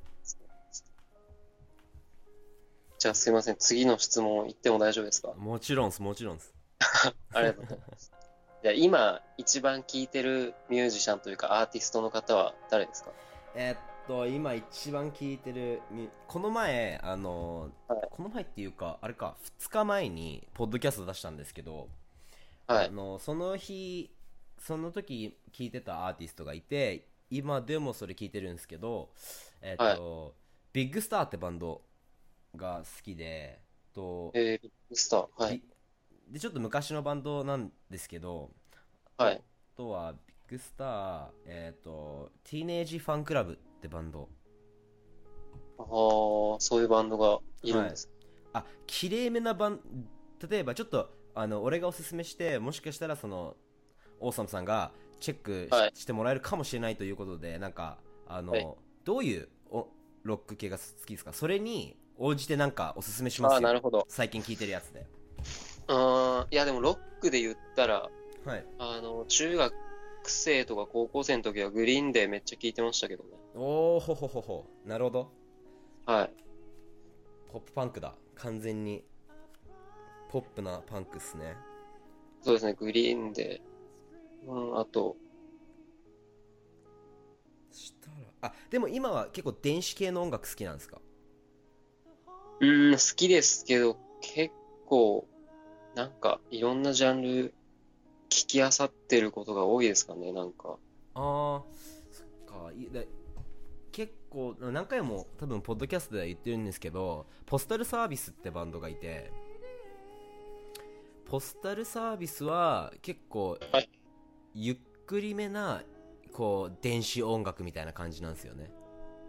じゃあすいません。次の質問言っても大丈夫ですか？ もちろんです、もちろんです。 ありがとうございます。じゃあ今一番聴いてるミュージシャンというかアーティストの方は誰ですか？ 今一番聞いてるこの前はい。 この前っていうかあれか2日前にポッドキャスト出したんですけど、 はい。 その時聞いてたアーティストがいて、今でもそれ聞いてるんですけど、 はい。 ビッグスターってバンドが好きで、とビッグスター。はい。 ビでちょっと昔のバンドなんですけど、 はい。 とはビッグスター、ティーネージファンクラブってバンド。 ああ、そういうバンドがいるはい。 んです。 あ、綺麗めな例えばちょっと俺がおすすめして、もしかしたらオーサムさんがチェックはい。 してもらえるかもしれないということで、なんかはい。 どういうロック系が好きですか？それに応じてなんかおすすめしまああ、 すよ。 なるほど。 最近聞いてるやつで。 いやでもロックで言ったら、 はい。 中学生とか高校生の時はグリーンでめっちゃ聞いてましたけどね。 おーほほほほ、なるほど。 はい。 ポップパンクだ、完全にポップなパンクっすね。 そうですね、グリーンで。あと、 したらでも今は結構電子系の音楽好きなんですか？ 好きですけど、結構、なんか、いろんなジャンル聞き漁ってることが多いですかね、なんか。 ああ、そっか。結構何回も多分ポッドキャストでは言ってるんですけど、ポスタルサービスってバンドがいて、ポスタルサービスは結構はい。 ゆっくりめなこう電子音楽みたいな感じなんですよね。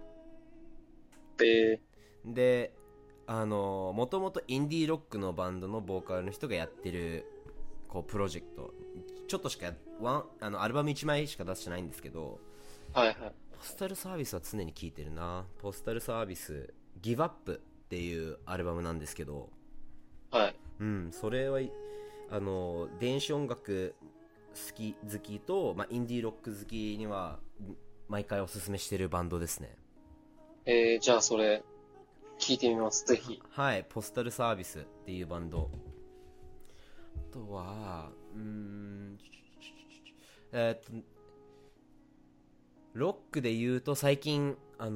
で、 で、もともとインディーロックのバンドのボーカルの人がやってるこうプロジェクト、ちょっとしかアルバム1枚しか出してないんですけど、 はいはい。 ポスタルサービスは常に聴いてるな。ポスタルサービスギブアップっていうアルバムなんですけど、 はい。 うん、それは電子音楽好きと、まあ、インディーロック好きには毎回おすすめしてるバンドですね。 じゃあそれ、聞いてみます、ぜひ。 はい、ポスタルサービスっていうバンド。あとはえーっとロックで言うと最近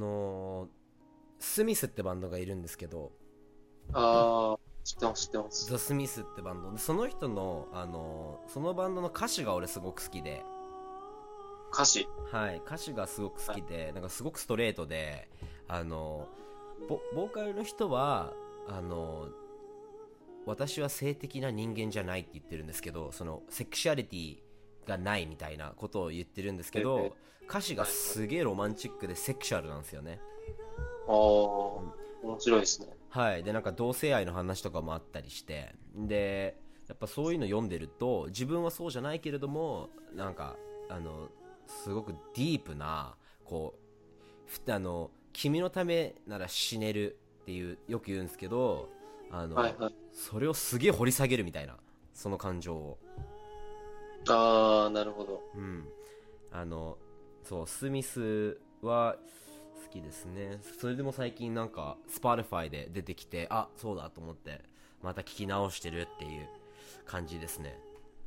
スミスってバンドがいるんですけど、 知ってます、知ってます。 ザ・スミスってバンドで、その人のそのバンドの歌詞が俺すごく好きで、 歌詞。 はい、歌詞がすごく好はい。 きで、なんかすごくストレートで、ボーカルの人はあの私は性的な人間じゃないって言ってるんですけど、そのセクシャリティがないみたいなことを言ってるんですけど、歌詞がすげえロマンチックでセクシャルなんですよね。 ああ、面白いですね。 はい。で、なんか同性愛の話とかもあったりして、でやっぱそういうの読んでると、自分はそうじゃないけれども、なんかすごくディープな、こう君のためなら死ねるっていうよく言うんですけど、 はいはい。 それをすげえ掘り下げるみたいな、その感情を。 ああ、なるほど。 うん。そう、スミスは好きですね。それでも最近なんか Spotify で出てきて、あ、そうだと思ってまた聞き直してるっていう感じですね。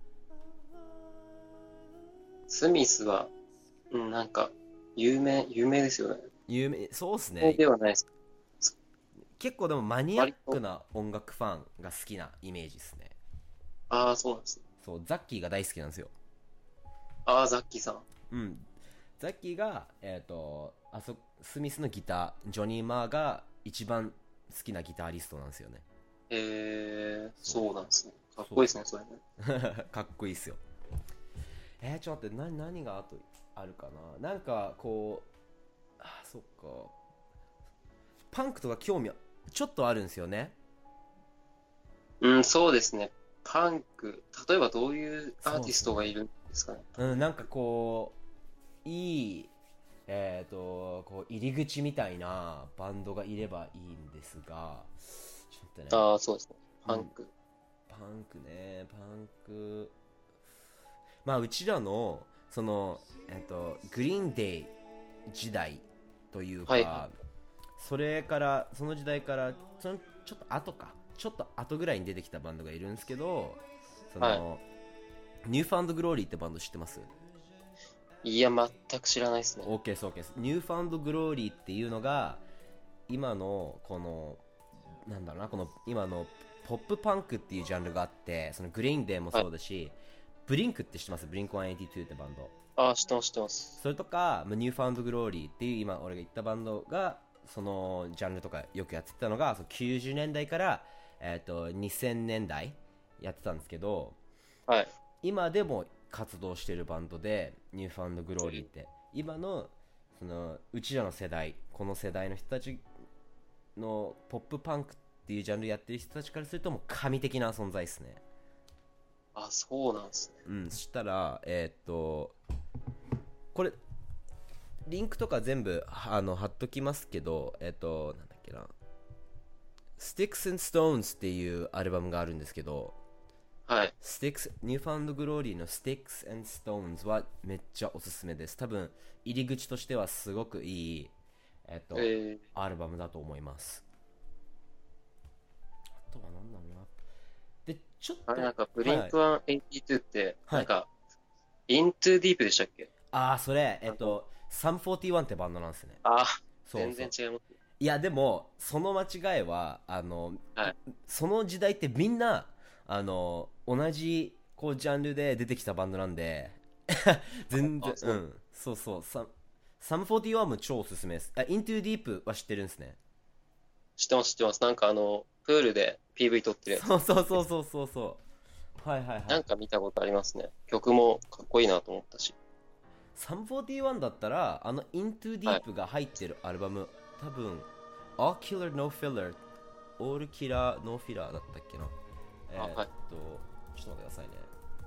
スミスは、なんか、有名ですよね。 有名そうっす有名ね。 ではないです。 結構でもマニアッ割と、 クな音楽ファンが好きなイメージですね。 ああ、そうなんですね。 そう、ザッキーが大好きなんですよ。 ああ、ザッキーさん。 うん。ザッキーがスミスのギター、ジョニー・マーが一番好きなギタリストなんですよね。 そうなんですね。かっそうこいいですね、それね。 かっこいいっすよ。ちょっと待って、何があるかな。なんかこう、そっか、パンクとか興味ちょっとあるんですよね。 うん、そうですね。パンク、例えばどういうアーティスそうっすね。 トがいるんですかね。 なんかこう、いい、こう入り口みたいなバンドがいればいいんですが、ちょっとね、 ああ、そうですね。 うん、 パンク。 パンクね、パンク、まあうちらのそのグリーンデイ時代というはいはい。 か、その時代からそのちょっと後か、ちょっと後ぐらいに出てきたバンドがいるんですけど、そはい。 のニューファンドグローリーってバンド知ってます？ いや、全く知らないですね。 OK です。 OK です。ニューファンドグローリーっていうのが今のこのなんだろうな、この今のポップパンクっていうジャンルがあって、そのグレインデーもはい。 そうだし、ブリンクって知ってます？ブリンク182ってバンド。 ああ、知ってます、知ってます。 それとかニューファンドグローリーっていう今俺が言ったバンドがそのジャンルとかよくやってたのが、その90年代から、2000年代やってたんですけど、 はい。 今でも活動してるバンドで、ニューファンドグローリーって今のそのうちらの世代、この世代の人たちのポップパンクっていうジャンルやってる人たちからするともう神的な存在ですね。 あ、そうなんですね。 うん。そしたらこれリンクとか全部貼っときますけど、なんだっけな、Sticks and Stones っていうアルバムがあるんですけど、 はい。 ニューファンドグローリーの Sticks and Stones はめっちゃおすすめです。多分入り口としてはすごくいいえアルバムだと思います。あとは何だろうな。でちょっあれ、 と、 なんか、ブリンはいク182って、 はい。 なんか、イントゥディープでしたっけ？ それあの、 サム41ってバンドなんですね。 あ、全そうそう。 然違いますね。 いやでもその間違いははい。 その時代ってみんな同じこうジャンルで出てきたバンドなんで全然、 そう。 そうそう、サム41も超おすすめです。イントゥディープは知ってるんですね。 知ってます、知ってます。なんかプールで PV 撮ってるやつそうそうそです。 うそうそうそう、はいはいはい。 なんか見たことありますね。曲もかっこいいなと思ったし。 サム41だったらイントゥディはい。 ープが入ってるアルバム、多分 All Killer No Filler、 オールキラーノーフィラーだったっけな。 あ、はい。 ちょっと待ってくださいね。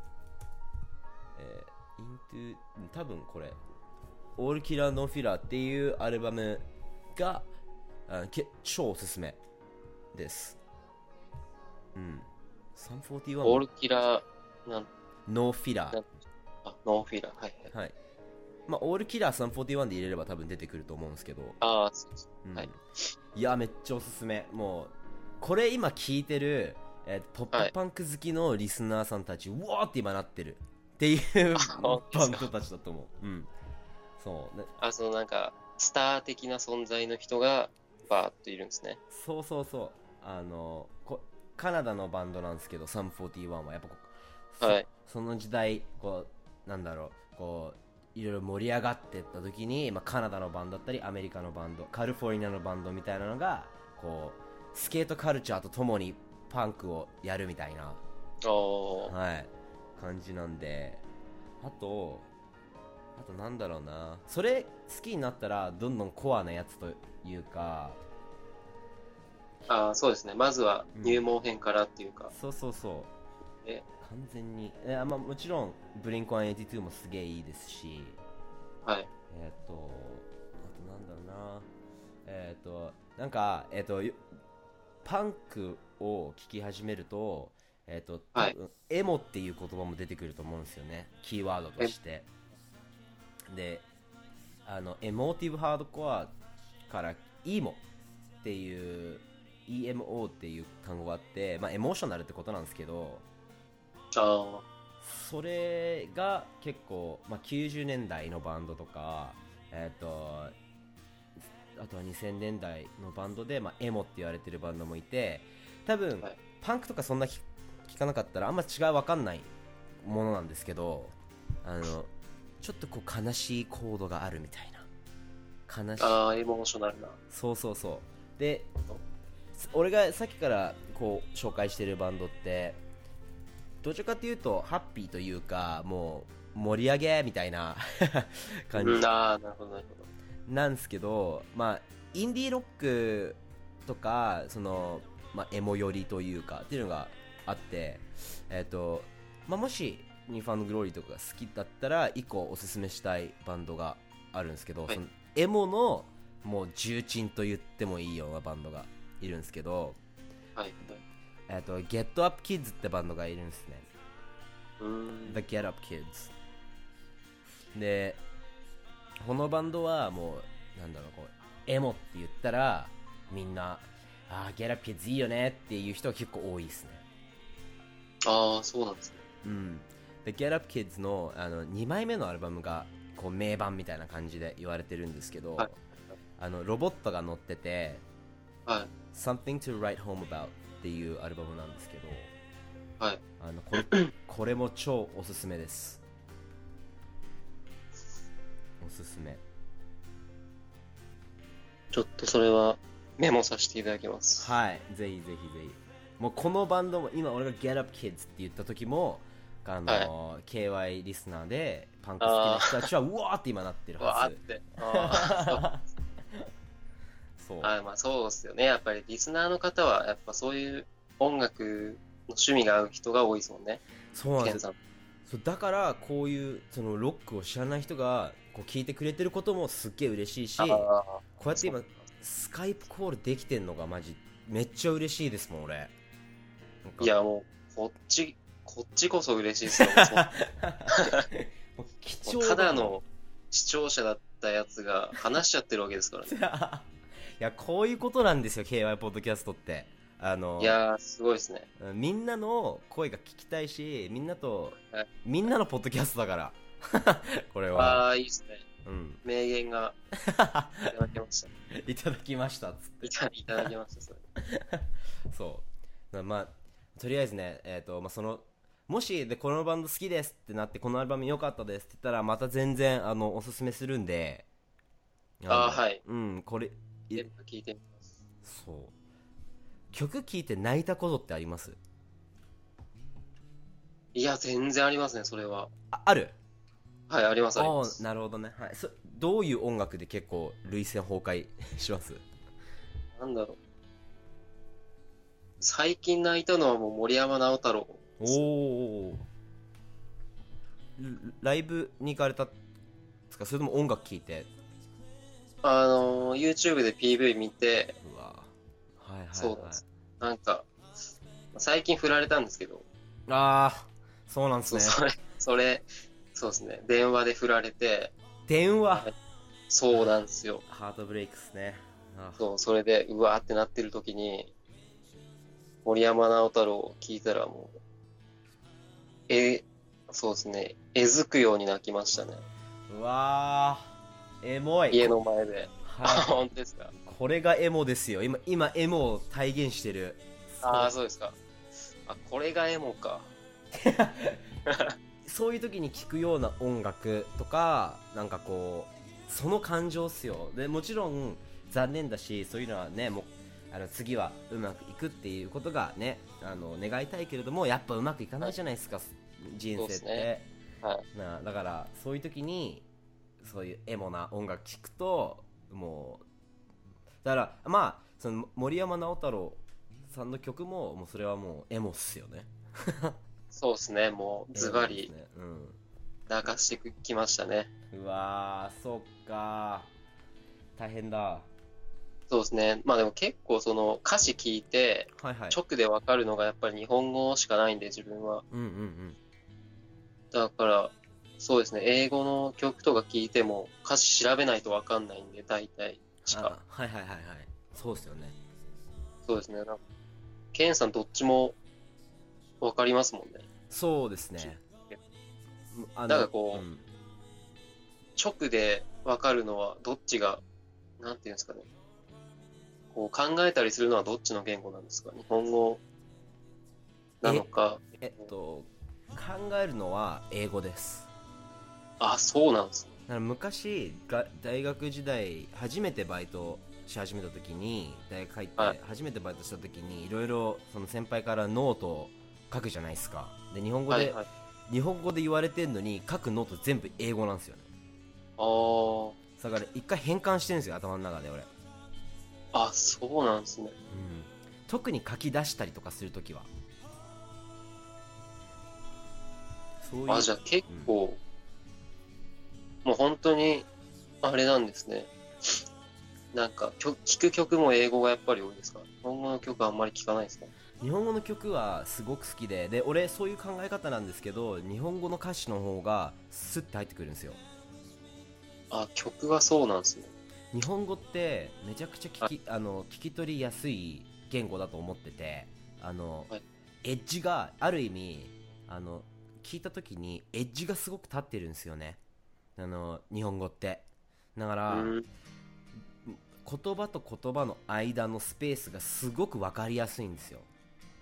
イントゥ、多分これオールキラーノーフィラーっていうアルバムが超おすすめです。うん。サム41もオールキラー、 ノーフィラなんノーフィラー。はいはい。 ー。はい。まあオールキラーサム41で入れれば多分出てくると思うんですけど、 ああ、そうです。 うん。 はい。 いやめっちゃおすすめ。もうこれ今聞いてる、ポップはい。 パンク好きのリスナーさんたち、うわーって今なってるっていうあ、本当ですか。 バンドたちだと思う。うん。そうね。 なんか、スター的な存在の人が、バーっといるんですね。 そうそうそう。カナダのバンドなんですけど、サム41はやっぱはい。 その時代こうなんだろう、こういろいろ盛り上がってった時に、まあ、カナダのバンドだったりアメリカのバンド、カリフォルニアのバンドみたいなのがこうスケートカルチャーとともにパンクをやるみたいな、はい、感じなんで、あとなんだろうな、それ好きになったらどんどんコアなやつというか、 そうですね、まずは入門編からっていうか、 そうそうそう、完全に、まあ、もちろんブリンク182もすげえいいですし、 はい、 あとなんだろうな、なんかパンクを聞き始めると、 はい、 エモっていう言葉も出てくると思うんですよね、キーワードとして。で、エモーティブハードコアからイモっていう EMO っていう単語があって、まあエモーショナルってことなんですけど、それが結構、まあ、90年代のバンドとか、あとは2000年代のバンドで、まあ、エモって言われてるバンドもいて、多分、はい、パンクとかそんな聞かなかったらあんま違い分かんないものなんですけど、ちょっとこう悲しいコードがあるみたいな、悲しい、 エモーショナルな、 そうそうそう。で、俺がさっきからこう紹介してるバンドってどちらかというとハッピーというか、もう盛り上げみたいな感じなんですけど、まあインディーロックとかその、まあ、エモ寄りというかっていうのがあって、まあ、もしニファンドグローリーとかが好きだったら1個おすすめしたいバンドがあるんですけど、はい、そのエモのもう重鎮と言ってもいいようなバンドがいるんですけど、 はいはい、Get Up Kids ってバンドがいるんですね。The Get Up Kids で、このバンドはもうなんだろう、こうエモって言ったらみんなGet Up Kids いいよねっていう人が結構多いですね。 そうなんですね。 で Get Up Kids の2枚目のアルバムがこう名盤みたいな感じで言われてるんですけど、はい、ロボットが乗ってて、 はい、 Something to Write Home About っていうアルバムなんですけど、 はい、 これも超おすすめです。おすすめ。 ちょっとそれはメモさせていただきます。 はい、ぜひぜひぜひ。もうこのバンドも今俺が Get Up Kids って言った時もはい、KY リスナーでパンク好きな人たちはうわーって今なってるはず。 そう。まあそうですよね。やっぱりリスナーの方はやっぱそういう音楽の趣味が合う人が多いですもんね。 そうなんです。そうだからこういうそのロックを知らない人がこう聞いてくれてることもすっげえ嬉しいし、こうやって今スカイプコールできてんのがマジめっちゃ嬉しいですもん俺。 いやもうこっちこそ嬉しいですよ。貴重ただの視聴者だったやつが話しちゃってるわけですからね。 いやこういうことなんですよ KY ポッドキャストって。 いやすごいですね。 みんなの声が聞きたいし、みんなと、はい、みんなのポッドキャストだからこれは。 いいですね。名言がいただきました。 いただきましたっつっていただきましたそれ。 そうまあとりあえずね、まあ、そのもしでこのバンド好きですってなってこのアルバム良かったですって言ったらまた全然おすすめするんで、 はい、 これ全部聞いてみます。 そう曲聴いて泣いたことってあります？ いや全然ありますねそれは。 ある？ はい、ありますあります。 なるほどね。はい、どういう音楽で結構涙腺崩壊します？ なんだろう、最近泣いたのはもう森山直太朗。 ライブに行かれたんですか？それとも音楽聴いて？ YouTube で PV 見て、 うわ、はいはいはい、 そうなんです。なんか最近振られたんですけど。 そうなんですね。 それそうですね、電話で振られて。 電話？ そうなんですよ。 ハートブレイクですね。 そう、それでうわーってなってる時に森山直太朗を聞いたらもうそうですね、えずくように泣きましたね。 うわー、エモい。 家の前で。 はい、 本当ですか？ これがエモですよ。今エモを体現してる。 そうですか。これがエモか。 そういう時に聴くような音楽とか、なんかこうその感情っすよ。でもちろん残念だし、そういうのはね、もう次はうまくいくっていうことがね願いたいけれども、やっぱうまくいかないじゃないですか、人生って、 ね、 だからそういう時にそういうエモな音楽聴くと、もうだからまあその森山直太朗さんの曲ももうそれはもうエモっすよね。 そうですね、もうズバリ流してきましたね。 うわー、そっか大変だ。 そうですね。まあでも結構その歌詞聞いて、直でわかるのがやっぱり日本語しかないんで、自分は。だから、そうですね、英語の曲とか聞いても歌詞調べないとわかんないんで、大体しか。 そうですよね。 そうですね。なんかケンさんどっちもわかりますもんね。 そうですね。 だからこう、直でわかるのはどっちが、なんていうんですかね。こう考えたりするのはどっちの言語なんですか？日本語なのか。 考えるのは英語です。 あ、そうなんですね。 だから昔大学時代初めてバイトし始めた時に、大学入って初めてバイトした時にいろいろその先輩からノートを書くじゃないですか。で日本語で言われてんのに書くノート全部英語なんですよね。だから一回変換してるんですよ、頭の中で俺。 あ、そうなんですね。 特に書き出したりとかするときはそういう。 じゃあ結構、もう本当にあれなんですね。なんか聴く曲も英語がやっぱり多いですか？日本語の曲はあんまり聞かないですか？ 日本語の曲はすごく好きで、俺そういう考え方なんですけど、日本語の歌詞の方がスッて入ってくるんですよ。 曲はそうなんですね。 日本語ってめちゃくちゃ聞き取りやすい言語だと思ってて、エッジがある意味聞いた時にエッジがすごく立ってるんですよね、日本語って。だから言葉と言葉の間のスペースがすごく分かりやすいんですよ。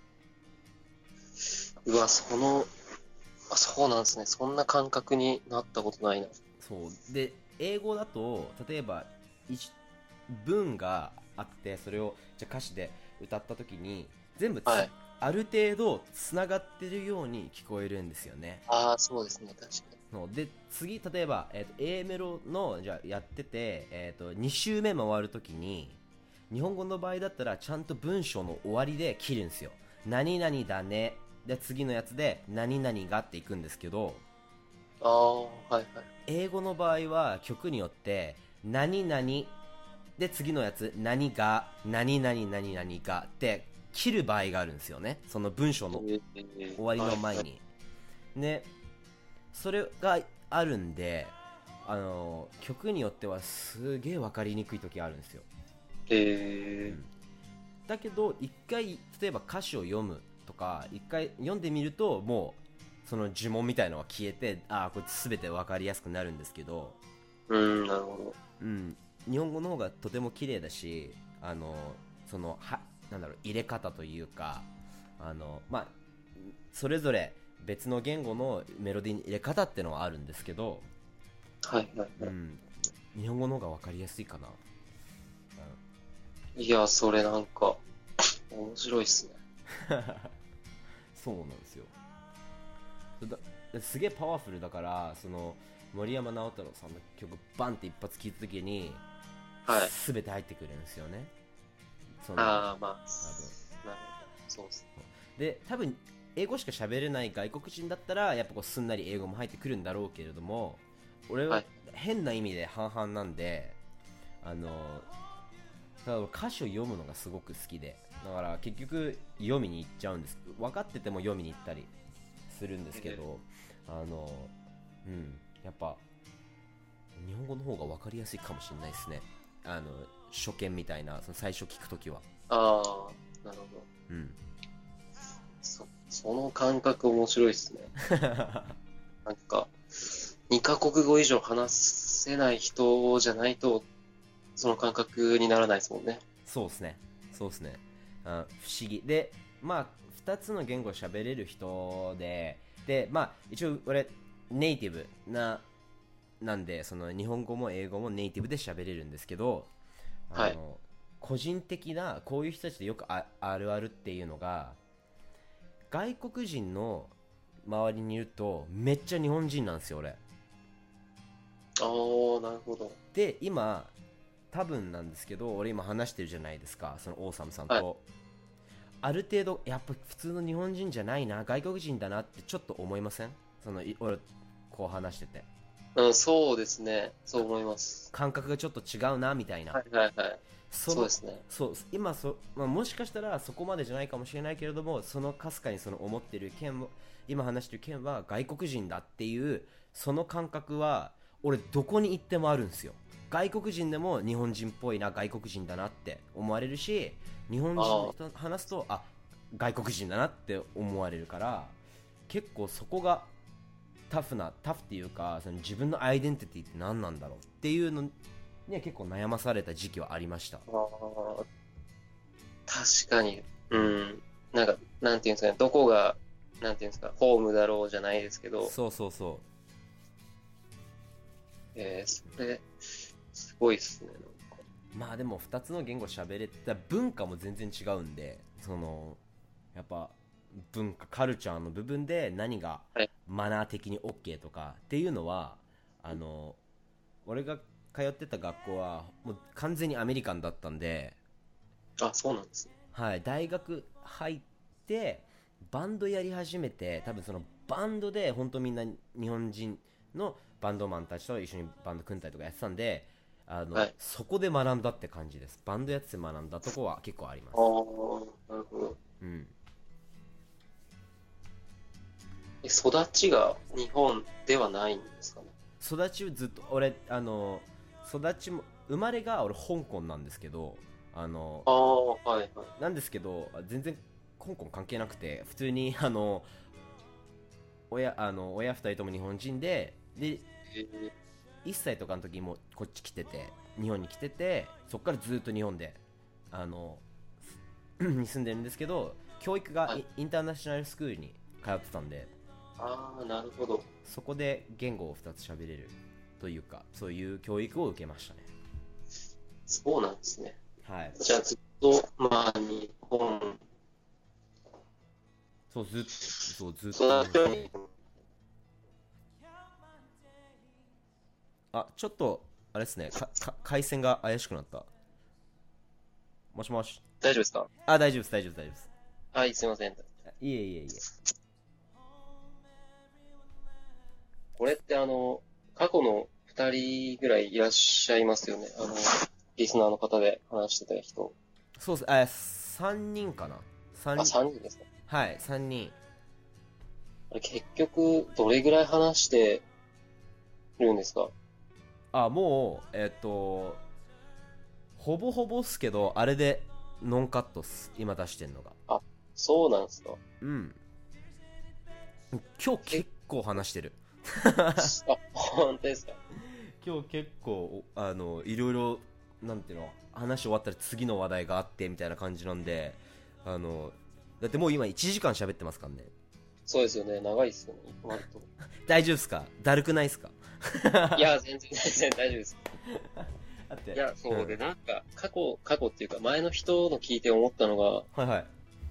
うわ、そうなんですね。そんな感覚になったことないな。 そうで、英語だと例えば文があって、それをじゃ歌詞で歌った時に全部ある程度つながってるように聞こえるんですよね。 そうですね、確かに。で次例えば、A メロのじゃやってて、2周目回る時に日本語の場合だったらちゃんと文章の終わりで切るんですよ。何々だねで次のやつで何々がっていくんですけど、英語の場合は曲によって何々で次のやつ何が何々何々がって切る場合があるんですよね、その文章の終わりの前に。ね、それがあるんで、曲によってはすげえ分かりにくい時あるんですよ。だけど一回例えば歌詞を読むとか一回読んでみると、もうその呪文みたいのは消えて、これ全て分かりやすくなるんですけど。 なるほど。 日本語の方がとても綺麗だし、そのなんだろう、入れ方というか、それぞれ別の言語のメロディーに入れ方ってのはあるんですけど、日本語の方が分かりやすいかな。 いや、それなんか面白いっすね。 そうなんですよ。すげえパワフルだから、その森山直太朗さんの曲バンって一発聴いた時に、全て入ってくるんですよね。 そうですね。 で、多分英語しか喋れない外国人だったらやっぱこうすんなり英語も入ってくるんだろうけれども、俺は変な意味で半々なんで、だから歌詞を読むのがすごく好きで、だから結局読みに行っちゃうんです。分かってても読みに行ったりするんですけど、やっぱ日本語の方が分かりやすいかもしれないですね。初見みたいな、その最初聞くときは。 なるほど。その感覚面白いですね。なんか2カ国語以上話せない人じゃないとその感覚にならないですもんね。 そうですね。不思議で、2つの言語を喋れる人で、一応俺ネイティブなんで、その日本語も英語もネイティブで喋れるんですけど、 個人的なこういう人たちでよく あるあるっていうのが、外国人の周りにいるとめっちゃ日本人なんですよ俺。 ああ、なるほど。 で今多分なんですけど、俺今話してるじゃないですか、そのオーサムさんと、 はい、 ある程度やっぱ普通の日本人じゃないな、外国人だなってちょっと思いません？俺こう話してて、 うん、そうですね。そう思います。 感覚がちょっと違うなみたいな、 はいはいはい。そうですね。 そう今まあ、もしかしたらそこまでじゃないかもしれないけれども、そのかすかにその思ってる今話してる県は外国人だっていうその感覚は俺どこに行ってもあるんですよ。外国人でも日本人っぽいな、外国人だなって思われるし、日本人の人と話すと外国人だなって思われるから、結構そこがタフっていうか、その自分のアイデンティティって何なんだろうっていうのに結構悩まされた時期はありました。 確かに。うん。なんか、なんていうんですかね、どこが、なんていうんですか、ホームだろうじゃないですけど。 そうそうそう。 それ、すごいっすね。なんかまあでも2つの言語喋れた文化も全然違うんで、やっぱ文化カルチャーの部分で何がマナー的に OK とかっていうのは、俺が通ってた学校はもう完全にアメリカンだったんで。 あ、そうなんですね。 はい、大学入ってバンドやり始めて、多分そのバンドで本当みんな日本人のバンドマンたちと一緒にバンド組んだりとかやってたんで、 はい、 そこで学んだって感じです。バンドやってて学んだとこは結構あります。 ああ、なるほど。 うん。 育ちが日本ではないんですかね。 育ちをずっと俺育ちも生まれが俺香港なんですけど、 ああ、はいはい。 なんですけど全然香港関係なくて、普通に親2人とも日本人で1歳とかの時にもこっち来てて、日本に来てて、そこからずっと日本でに住んでるんですけど、教育がインターナショナルスクールに通ってたんで、 ああ、なるほど。 そこで言語を2つ喋れるというか、そういう教育を受けましたね。 そうなんですね。 はい。 じゃあずっと、まあ、日本、 そうずっとちょっとあれですね、回線が怪しくなった。もしもし。 大丈夫ですか？ 大丈夫です。 はい、すいません。 いえ。 これって過去の2人ぐらいいらっしゃいますよね。リスナーの方で話してた人。 そうです。3人かな。 3人ですか？ はい、3人。 結局、どれぐらい話してるんですか？ もう、ほぼほぼっすけど、あれでノンカットっす、今出してんのが。 あ、そうなんですか？ うん。今日結構話してる。 本当ですか？ 今日結構、いろいろ、なんていうの、話終わったら次の話題があってみたいな感じなんで、だってもう今1時間喋ってますからね。 そうですよね、長いっすよね、割と。 大丈夫っすか？だるくないっすか？ いや、全然大丈夫です。いや、そうで、なんか、過去っていうか、前の人の聞いて思ったのが、 はいはい。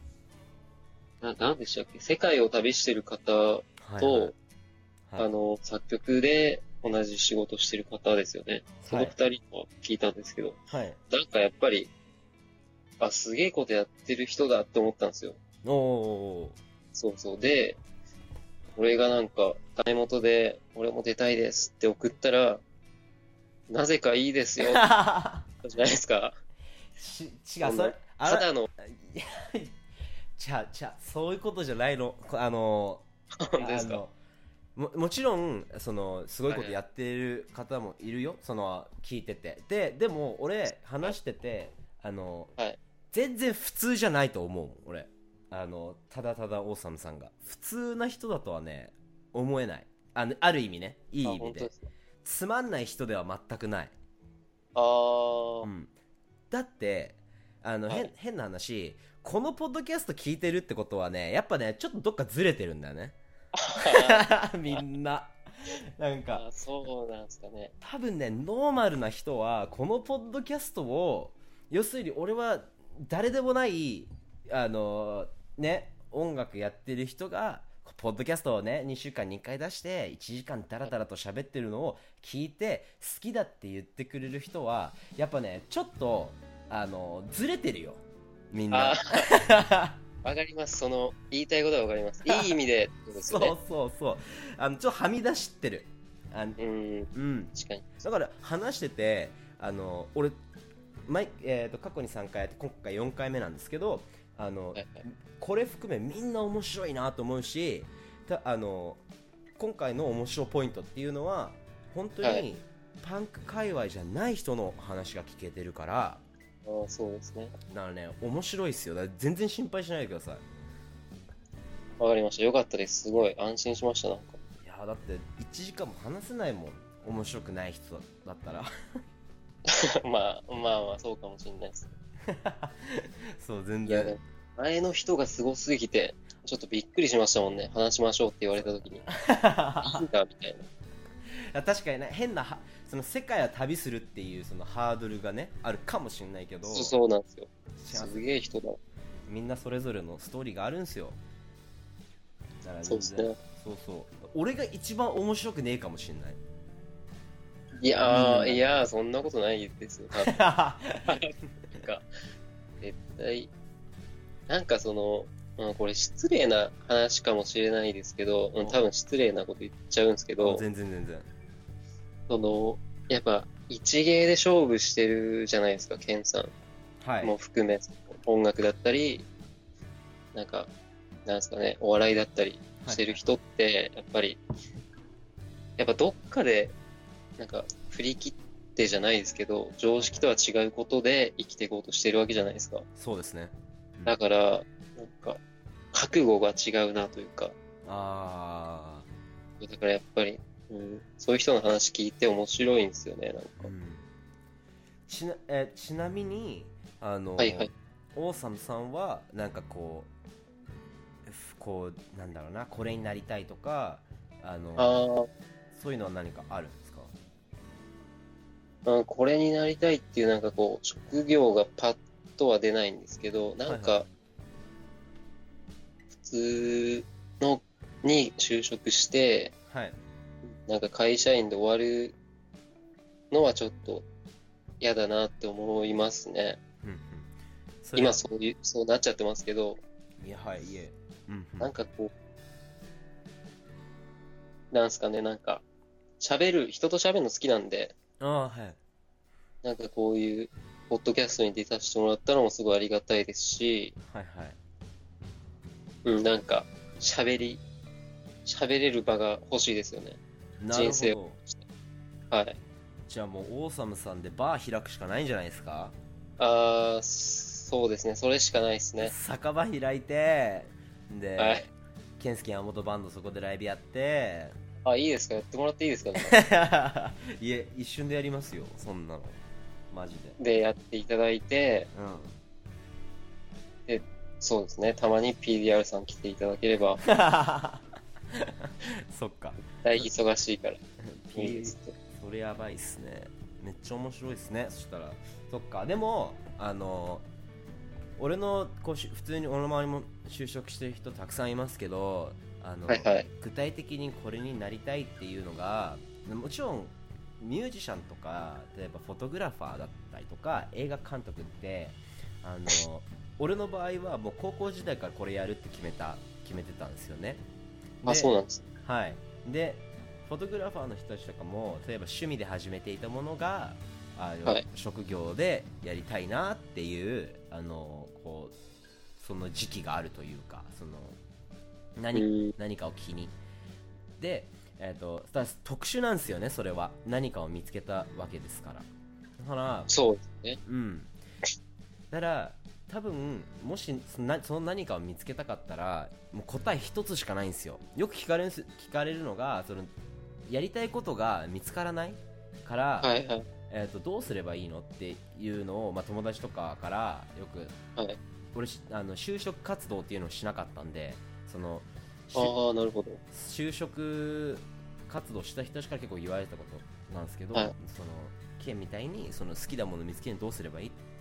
なんでしたっけ、世界を旅してる方と、はいはい、作曲で同じ仕事してる方ですよね。その二人を聞いたんですけど、 はい、 なんかやっぱり、すげえことやってる人だって思ったんですよ。そう。で、俺がなんか、タイ元で、俺も出たいですって送ったら、なぜかいいですよ。じゃないですか。 違う、それ、ただの。そういうことじゃないの。本当ですか？もちろんすごいことやってる方もいるよ、聞いてて。でも俺話してて、全然普通じゃないと思う。俺ただただオーサムさんが普通な人だとはね思えない。ある意味ね、いい意味でつまんない人では全くない。だって変な話、このポッドキャスト聞いてるってことはね、やっぱねちょっとどっかずれてるんだよねみんななんかそうなんですかね。 多分ね、ノーマルな人はこのポッドキャストを要するに俺は誰でもない音楽やってる人がポッドキャストをね2週間に1回出して1時間ダラダラと喋ってるのを聞いて好きだって言ってくれる人はやっぱねちょっとずれてるよみんな。 わかります。その言いたいことはわかります。いい意味でですよね。 そうちょっとはみ出してる。 確かに。 だから話してて俺過去に3回やって今回4回目なんですけどこれ含めみんな面白いなと思うし今回の面白ポイントっていうのは本当にパンク界隈じゃない人の話が聞けてるから、 そうですね。 だからね面白いっすよ。だから全然心配しないでください。 わかりました。よかったです。すごい安心しました。なんかいやだって1時間も話せないもん面白くない人だったらまあそうかもしれないです。 そう全然前の人がすごすぎてちょっとびっくりしましたもんね。話しましょうって言われた時にいいんだみたいな。確かにね変なその世界を旅するっていうそのハードルがねあるかもしれないけどそうなんですよ。すげえ人だ。 みんなそれぞれのストーリーがあるんですよ。だからそうですね。 そう俺が一番面白くねえかもしれない。 いやそんなことないですよ。なんか絶対なんかこれ失礼な話かもしれないですけど、多分失礼なこと言っちゃうんですけど、 全然やっぱ一芸で勝負してるじゃないですか、ケンさんも含め、音楽だったりなんですかね、お笑いだったりしてる人って、やっぱどっかでなんか振り切ってじゃないですけど常識とは違うことで生きていこうとしてるわけじゃないですか。 そうですね。 だからなんか覚悟が違うなというか、だからやっぱり、そういう人の話聞いて面白いんですよね。なんか、 ちなみにオーサムさんはなんかこうなんだろうなこれになりたいとかそういうのは何かあるんですか？ これになりたいっていうなんかこう職業がパッとは出ないんですけど、なんか普通のに就職して、なんか会社員で終わるのはちょっと嫌だなって思いますね。今そうなっちゃってますけど、なんかこうなんすかね、なんか人と喋るの好きなんで、なんかこういうポッドキャストに出させてもらったのもすごいありがたいですし、なんか喋れる場が欲しいですよね。人生を。 じゃあもうオーサムさんでバー開くしかないんじゃないですか？ そうですね。それしかないですね。 酒場開いてで、ケンスケ山本バンドそこでライブやって、 いいですか？やってもらっていいですかね？ いえ一瞬でやりますよそんなのマジでやっていただいて、でそうですね、たまに PDR さん来ていただければそっか大忙しいからいいですって。それやばいっすね。めっちゃ面白いっすね。そしたらそっか。でも俺の普通に俺の周りも就職してる人たくさんいますけど具体的にこれになりたいっていうのがもちろんミュージシャンとか例えばフォトグラファーだったりとか映画監督って俺の場合はもう高校時代からこれやるって決めてたんですよね。 そうなんです。 でフォトグラファーの人たちとかも例えば趣味で始めていたものが職業でやりたいなっていうその時期があるというか何かを機にで、特殊なんですよね。それは何かを見つけたわけですから。だからそうですね。 だから多分もしその何かを見つけたかったらもう答え一つしかないんですよ。よく聞かれるのがやりたいことが見つからないから、どうすればいいのっていうのを、友達とかからよく、俺就職活動っていうのをしなかったんでなるほど。 就職活動した人たちから結構言われたことなんですけど、ケンみたいに好きなものを見つけるにどうすればいいって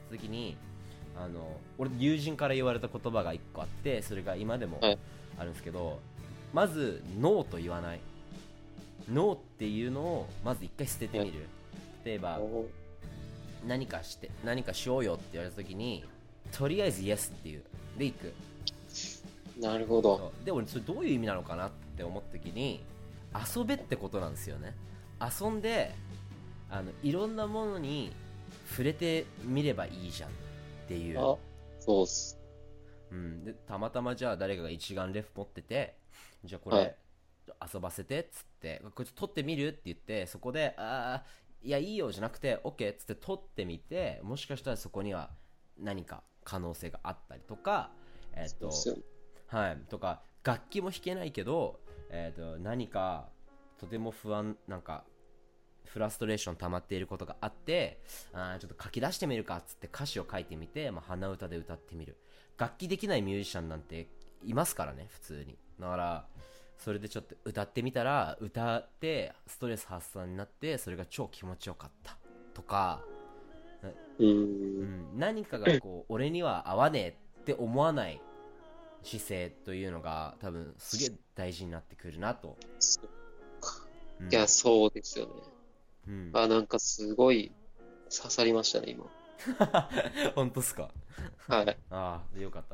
った時に俺友人から言われた言葉が1個あって、それが今でもあるんですけど、まずノーと言わない、ノーっていうのをまず一回捨ててみる。例えば何かしようよって言われた時にとりあえずイエスっていうで行く。 なるほど。 で俺それどういう意味なのかなって思った時に、遊べってことなんですよね。遊んでいろんなものに触れてみればいいじゃんっていう。 あ、そうっす。 でたまたまじゃあ誰かが一眼レフ持ってて、じゃあこれ、遊ばせてっつって、これ撮ってみるって言って、そこでいやいいよじゃなくて OK っつって撮ってみて、もしかしたらそこには何か可能性があったりとか、はい、とか楽器も弾けないけど、何かとてもなんかフラストレーション溜まっていることがあって、ちょっと書き出してみるかっつって歌詞を書いてみて、鼻歌で歌ってみる。楽器できないミュージシャンなんていますからね、普通に。だからそれでちょっと歌ってみたら、歌ってストレス発散になってそれが超気持ちよかったとか、何かがこう俺には合わねえって思わない姿勢というのが多分すげえ大事になってくるなと。 いや、そうですよね。なんかすごい刺さりましたね、今。 本当っすか？ はい。 よかった。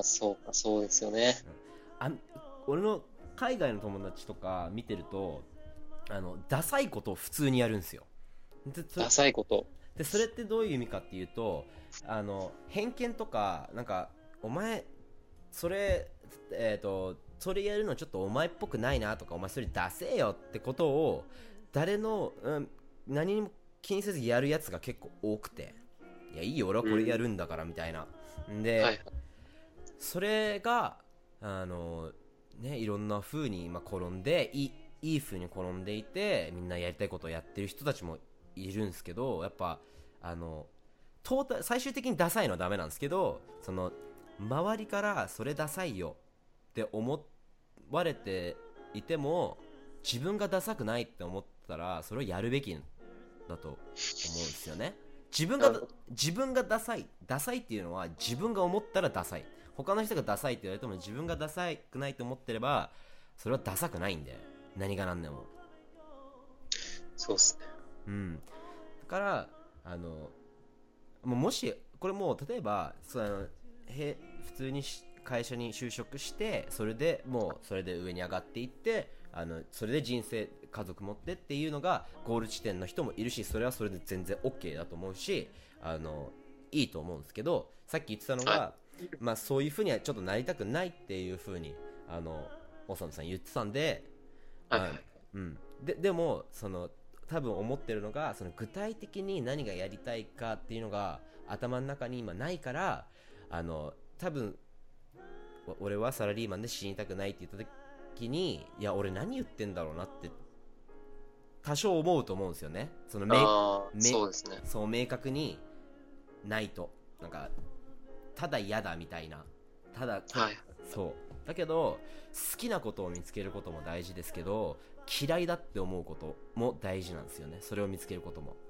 そうか、そうですよね。 俺の海外の友達とか見てると、ダサいことを普通にやるんですよ。 ダサいことで、それってどういう意味かっていうと、偏見とか、なんかお前それそれやるのちょっとお前っぽくないなとか、お前それダセえよってことを何にも気にせずやるやつが結構多くて、いやいいよ俺はこれやるんだからみたいな。で、それがいろんな風に今転んでいい風に転んでいて、みんなやりたいことをやってる人たちもいるんですけど、やっぱ最終的にダサいのはダメなんですけど、その周りからそれダサいよって思われていても、自分がダサくないって思ったらそれをやるべきだと思うんですよね。自分がダサいっていうのは自分が思ったらダサい。他の人がダサいって言われても自分がダサくないと思ってればそれはダサくないんで、何が何でも。 そうっすね。 だからもしこれもう例えば普通に会社に就職して、それで上に上がっていって、それで人生家族持ってっていうのがゴール地点の人もいるし、それはそれで全然 OK だと思うし、いいと思うんですけど、さっき言ってたのが、そういう風にはちょっとなりたくないっていう風に大野さん言ってたんで、でも多分思ってるのが、具体的に何がやりたいかっていうのが頭の中に今ないから、多分俺はサラリーマンで死にたくないって言った時に、いや俺何言ってんだろうなって多少思うと思うんですよね。 そうですね。 そう明確にないと、なんかただ嫌だみたいな、そうだけど好きなことを見つけることも大事ですけど、嫌いだって思うことも大事なんですよね。それを見つけることも。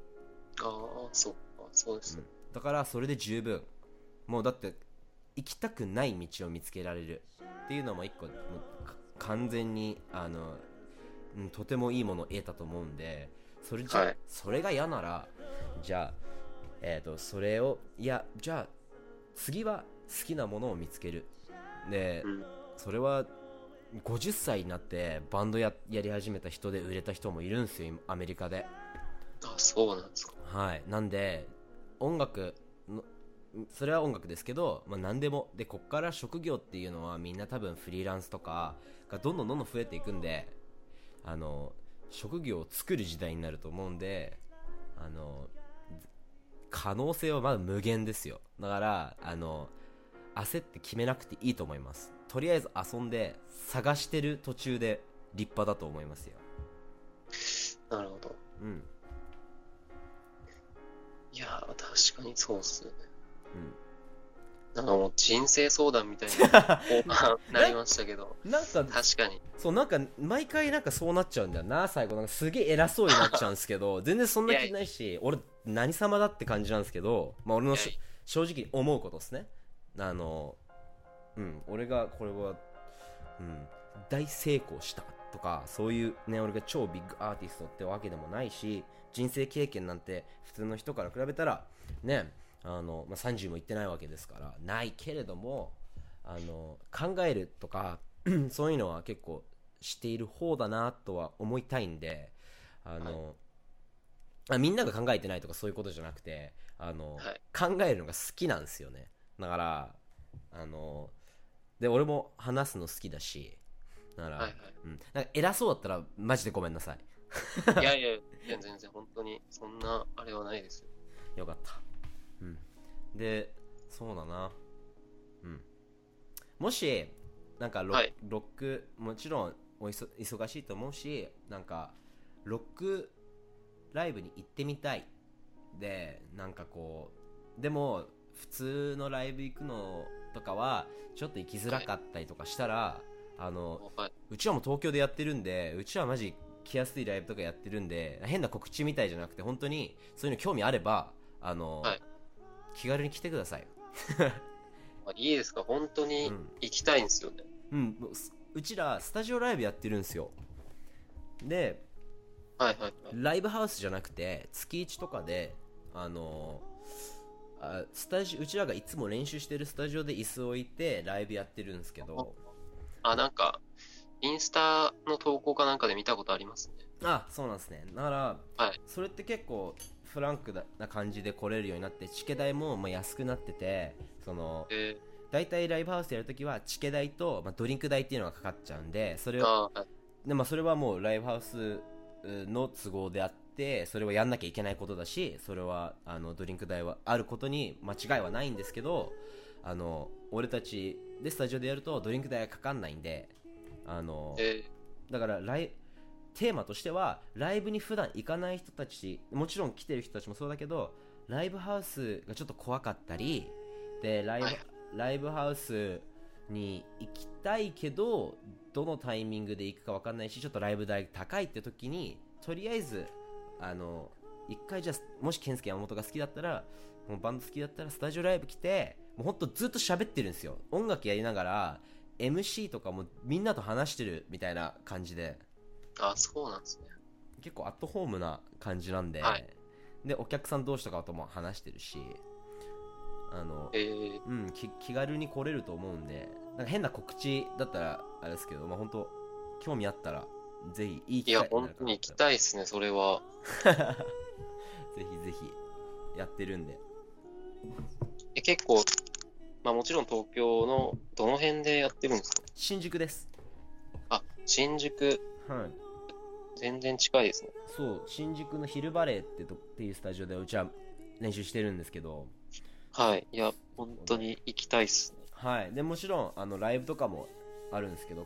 そうですね。 だからそれで十分。もうだって行きたくない道を見つけられるっていうのも一個完全にとてもいいものを得たと思うんで、それが嫌なら、じゃあそれをじゃあ次は好きなものを見つける。で、それは50歳になってバンドやり始めた人で売れた人もいるんですよ、アメリカで。 そうなんですか。 はい。なんで音楽の、それは音楽ですけど、何でもで、こっから職業っていうのはみんな多分フリーランスとかがどんどん増えていくんで、職業を作る時代になると思うんで、可能性はまだ無限ですよ。だから焦って決めなくていいと思います。とりあえず遊んで探してる途中で立派だと思いますよ。 なるほど。いやー、確かにそうっすよね。なんかもう人生相談みたいになりましたけど、 なんか確かにそう、なんか毎回なんかそうなっちゃうんだよな。最後なんかすげえ偉そうになっちゃうんですけど全然そんな気ないし、俺何様だって感じなんですけど、俺の正直に思うことですね。俺がこれは、大成功したとか、そういうね、俺が超ビッグアーティストってわけでもないし、人生経験なんて普通の人から比べたらね、30もいってないわけですからないけれども、考えるとかそういうのは結構している方だなとは思いたいんで、みんなが考えてないとかそういうことじゃなくて、考えるのが好きなんですよね。だからで俺も話すの好きだし、だから、なんか偉そうだったらマジでごめんなさい。 いや全然本当にそんなあれはないですよ。 よかった。で、そうだな。もしなんかロックもちろん忙しいと思うし、なんかロックライブに行ってみたいで、なんかこうでも普通のライブ行くのとかはちょっと行きづらかったりとかしたら、うちはもう東京でやってるんで、うちはマジ来やすいライブとかやってるんで、変な告知みたいじゃなくて本当にそういうの興味あれば気軽に来てください。 いいですか、本当に行きたいんですよね。 うちらスタジオライブやってるんですよ。で、ライブハウスじゃなくて月1とかでうちらがいつも練習してるスタジオで椅子を置いてライブやってるんですけど、 なんかインスタの投稿かなんかで見たことありますね。 そうなんですね。だから、それって結構フランクな感じで来れるようになって、チケ代も安くなってて、だいたいライブハウスやるときはチケ代と、ドリンク代っていうのがかかっちゃうんで、それはもうライブハウスの都合であって、それはやんなきゃいけないことだし、それはドリンク代はあることに間違いはないんですけど、俺たちでスタジオでやるとドリンク代がかかんないんで、だからテーマとしてはライブに普段行かない人たち、もちろん来てる人たちもそうだけど、ライブハウスがちょっと怖かったりで、ライブハウスに行きたいけどどのタイミングで行くか分かんないし、ちょっとライブ代高いって時に、とりあえず一回、じゃあもし健介山本が好きだったら、もうバンド好きだったらスタジオライブ来て、もうほんとずっと喋ってるんですよ。音楽やりながら MC とかもみんなと話してるみたいな感じで、 そうなんですね。 結構アットホームな感じなんで、でお客さん同士とかとも話してるし、気軽に来れると思うんで、なんか変な告知だったらあれですけど、本当興味あったらぜひいい機会になるかな。 本当に行きたいですね、それは。 ぜひぜひやってるんで。 結構、もちろん東京のどの辺でやってるんですか？ 新宿です。 新宿。全然近いですね。 そう、新宿のヒルバレーっていうスタジオでうちは練習してるんですけど、 いや本当に行きたいっすね。 でもちろんライブとかもあるんですけど、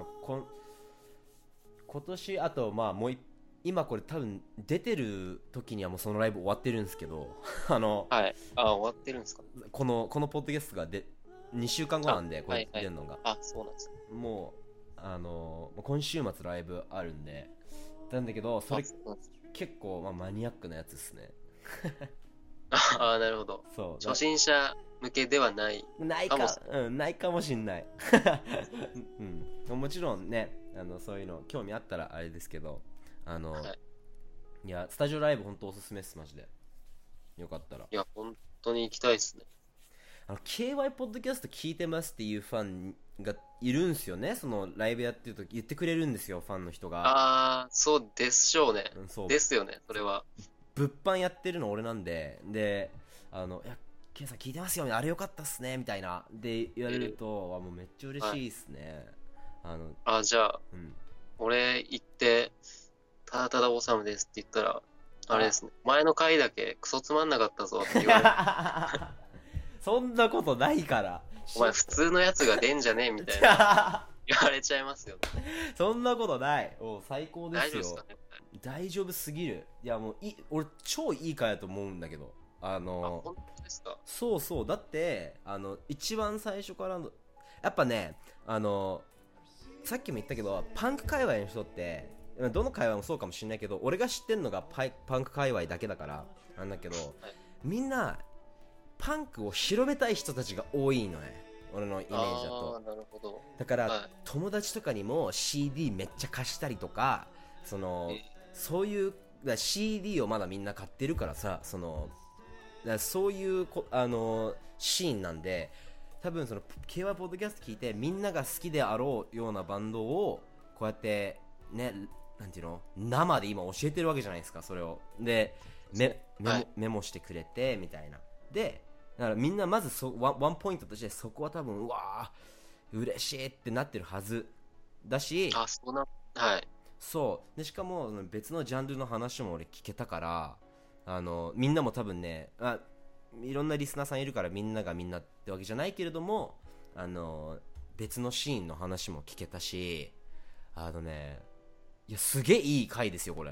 今年あともう今これ多分出てる時にはもうそのライブ終わってるんですけど終わってるんですか？ このポッドキャストが2週間後なんで、これ出るのが、 そうなんです。 もう今週末ライブあるんで、なんだけど、それ結構マニアックなやつですね。 なるほど。そう、初心者向けではないかもしんない。もちろんね、そういうの興味あったらあれですけど、いやスタジオライブ本当おすすめです、マジで。よかったら。 いや本当に行きたいですね。 KY ポッドキャスト聞いてますっていうファンがいるんですよね。そのライブやってると言ってくれるんですよ、ファンの人が。 そうでしょうね。ですよね、それは。 物販やってるの俺なんで、いやケイさん聞いてますよね、あれよかったっすねみたいなで言われると、もうめっちゃ嬉しいっすね。 じゃあ、俺行ってただただオーサムですって言ったらあれですね、前の回だけクソつまんなかったぞって言われる。 そんなことないから、 お前普通のやつが出んじゃねえみたいな言われちゃいますよね。 そんなことない。最高ですよ。 大丈夫ですかね？ 大丈夫すぎる。いやもう俺超いい回だと思うんだけど、 本当ですか？ そうだって一番最初からのやっぱね、さっきも言ったけど、パンク界隈の人ってどの界隈もそうかもしれないけど、俺が知ってるのがパンク界隈だけだからなんだけど、みんなパンクを広めたい人たちが多いのね、俺のイメージだと。 なるほど。 だから、友達とかにも CD めっちゃ貸したりとか、そういうCD をまだみんな買ってるからさ、そういうシーンなんで、多分KY ポッドキャスト聞いてみんなが好きであろうようなバンドをこうやってね、なんていうの、生で今教えてるわけじゃないですか。それをでメモしてくれてみたいな。でだからみんなまずワンポイントとして、そこは多分うわー嬉しいってなってるはずだし、そうで、しかも別のジャンルの話も俺聞けたから、みんなも多分ね、いろんなリスナーさんいるからみんながみんなってわけじゃないけれども、別のシーンの話も聞けたし、いやすげえいい回ですよこれ。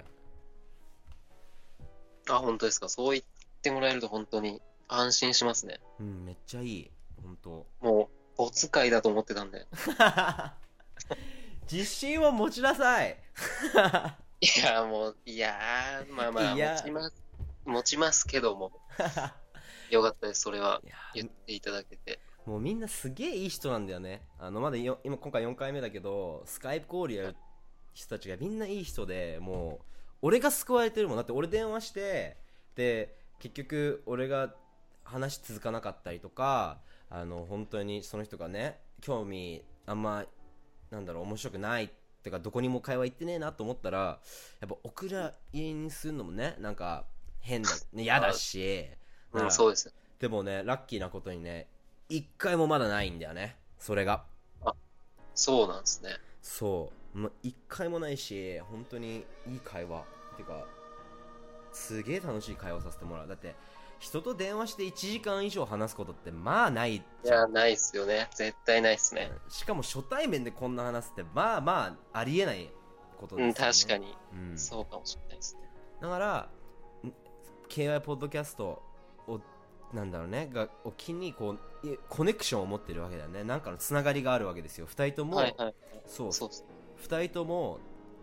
本当ですか。そう言ってもらえると本当に安心しますね。 めっちゃいい、本当。 もうボツ回だと思ってたんで。 自信を持ちなさい。 いやもうまあ持ちますけども。よかったです、それは言っていただけて。 もうみんなすげえいい人なんだよね。まだ今回4回目だけど、スカイプコールやる人たちがみんないい人で、もう俺が救われてるもん。だって俺電話してで結局俺が話続かなかったりとか、本当にその人がね興味あんま面白くないってか、どこにも会話行ってねえなと思ったら、やっぱお蔵入りにするのもね、なんか変だね、嫌だし、 そうです。 でもね、ラッキーなことにね、一回もまだないんだよね、それが。 そうなんですね。 そう、もう一回もないし、本当にいい会話っていうか、すげえ楽しい会話させてもらう。だって人と電話して1時間以上話すことってまあないじゃん。 ないっすよね、絶対ないっすね。 しかも初対面でこんな話すってまあありえないことですよね。 確かに、そうかもしれないですね。 だから KY ポッドキャストをを機にコネクションを持ってるわけだよね。なんかのつながりがあるわけですよ、2人とも。そう2人とも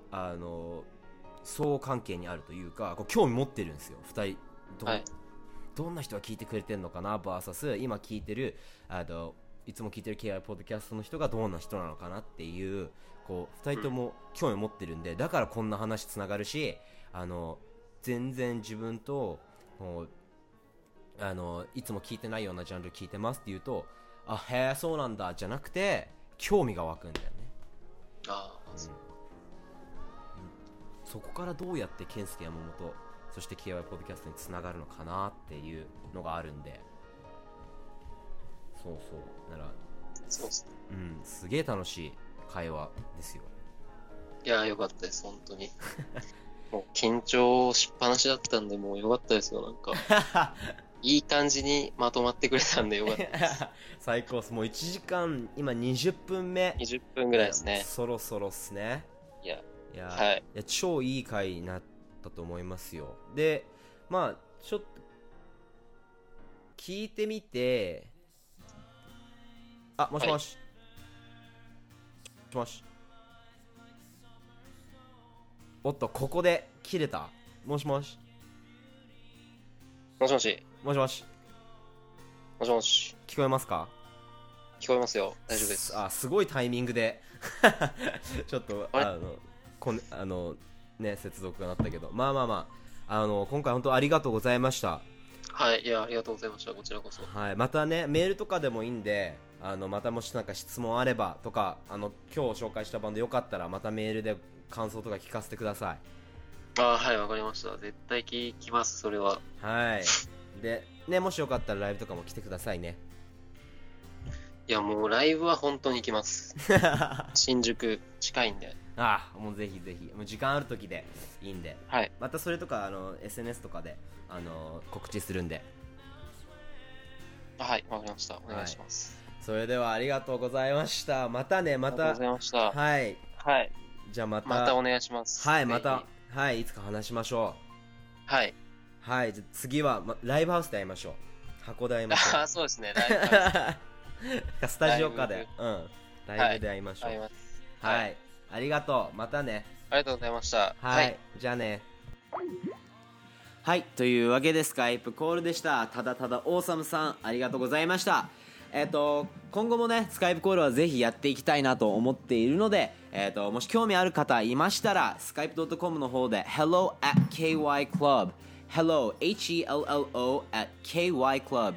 相互関係にあるというか、興味持ってるんですよ、2人どんな人が聞いてくれてるのかな vs 今聞いてるいつも聞いてる KY ポッドキャストの人がどんな人なのかなっていう、2人とも興味持ってるんで、だからこんな話つながるし、全然自分といつも聞いてないようなジャンル聞いてますって言うと、へえそうなんだじゃなくて興味が湧くんだよね。そこからどうやって健介山本そして KY ポッドキャストにつながるのかなっていうのがあるんで、そうならそうっすね。 すげえ楽しい会話ですよ。 いやよかったです、本当に。もう緊張しっぱなしだったんで、もうよかったですよ。なんかいい感じにまとまってくれたんでよかったです。 最高っす。もう1時間今20分目 20分ぐらいですね。 そろそろっすね。いや超いい回になったと思いますよ。でまあちょっと聞いてみて、もしもし、もしおっとここで切れた。もしもしもしもしもしもしもしもし、 聞こえますか？ 聞こえますよ、大丈夫です。 すごいタイミングでちょっと接続がなったけど、まあ今回本当ありがとうございました。 いやありがとうございました。こちらこそ。 またねメールとかでもいいんで、またもしなんか質問あればとか、今日紹介したバンドよかったらまたメールで感想とか聞かせてください。 わかりました。絶対聞きます、それは。 でね、もしよかったらライブとかも来てくださいね。 いやもうライブは本当に行きます。新宿近いんで。 もうぜひぜひ、もう時間ある時でいいんで、またそれとかSNS とかで告知するんで。 わかりました。お願いします。 それではありがとうございました。またね、また。 ありがとうございました。 じゃあまたお願いします。 またいつか話しましょう。じゃあ次は、ライブハウスで会いましょう。箱で会いましょう。 そうですね、ライブハウススタジオかでライブで会いましょう。ありがとう。またね。 ありがとうございました。 じゃあね。 はい、というわけでスカイプコールでした。ただただオーサムさん、ありがとうございました。今後もねスカイプコールはぜひやっていきたいなと思っているので、もし興味ある方いましたら skype.com の方で hello at KYClub hello HELLO at KYClub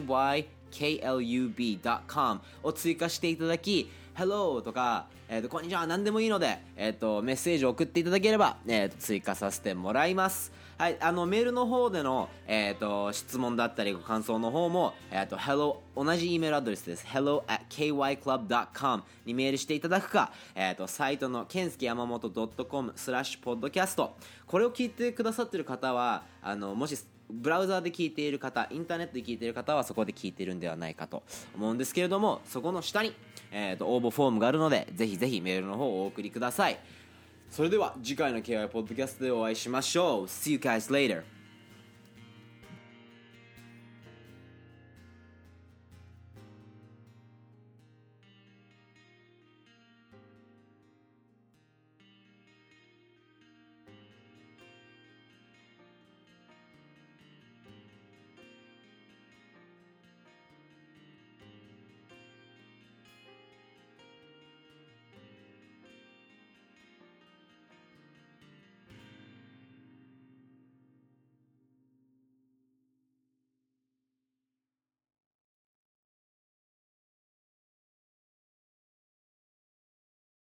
KYKLUB.com を追加していただき hello とか、こんにちは何でもいいので、メッセージを送っていただければ、追加させてもらいます。はい、メールの方での、質問だったりご感想の方も、hello 同じ E メールアドレスです hello at kyclub.com にメールしていただくか、サイトの健介山本 .com/podcast これを聞いてくださっている方はもしブラウザーで聞いている方インターネットで聞いている方はそこで聞いているんではないかと思うんですけれども、そこの下に、応募フォームがあるのでぜひぜひメールの方をお送りください。それでは次回の KY ポッドキャストでお会いしましょう。See you guys later.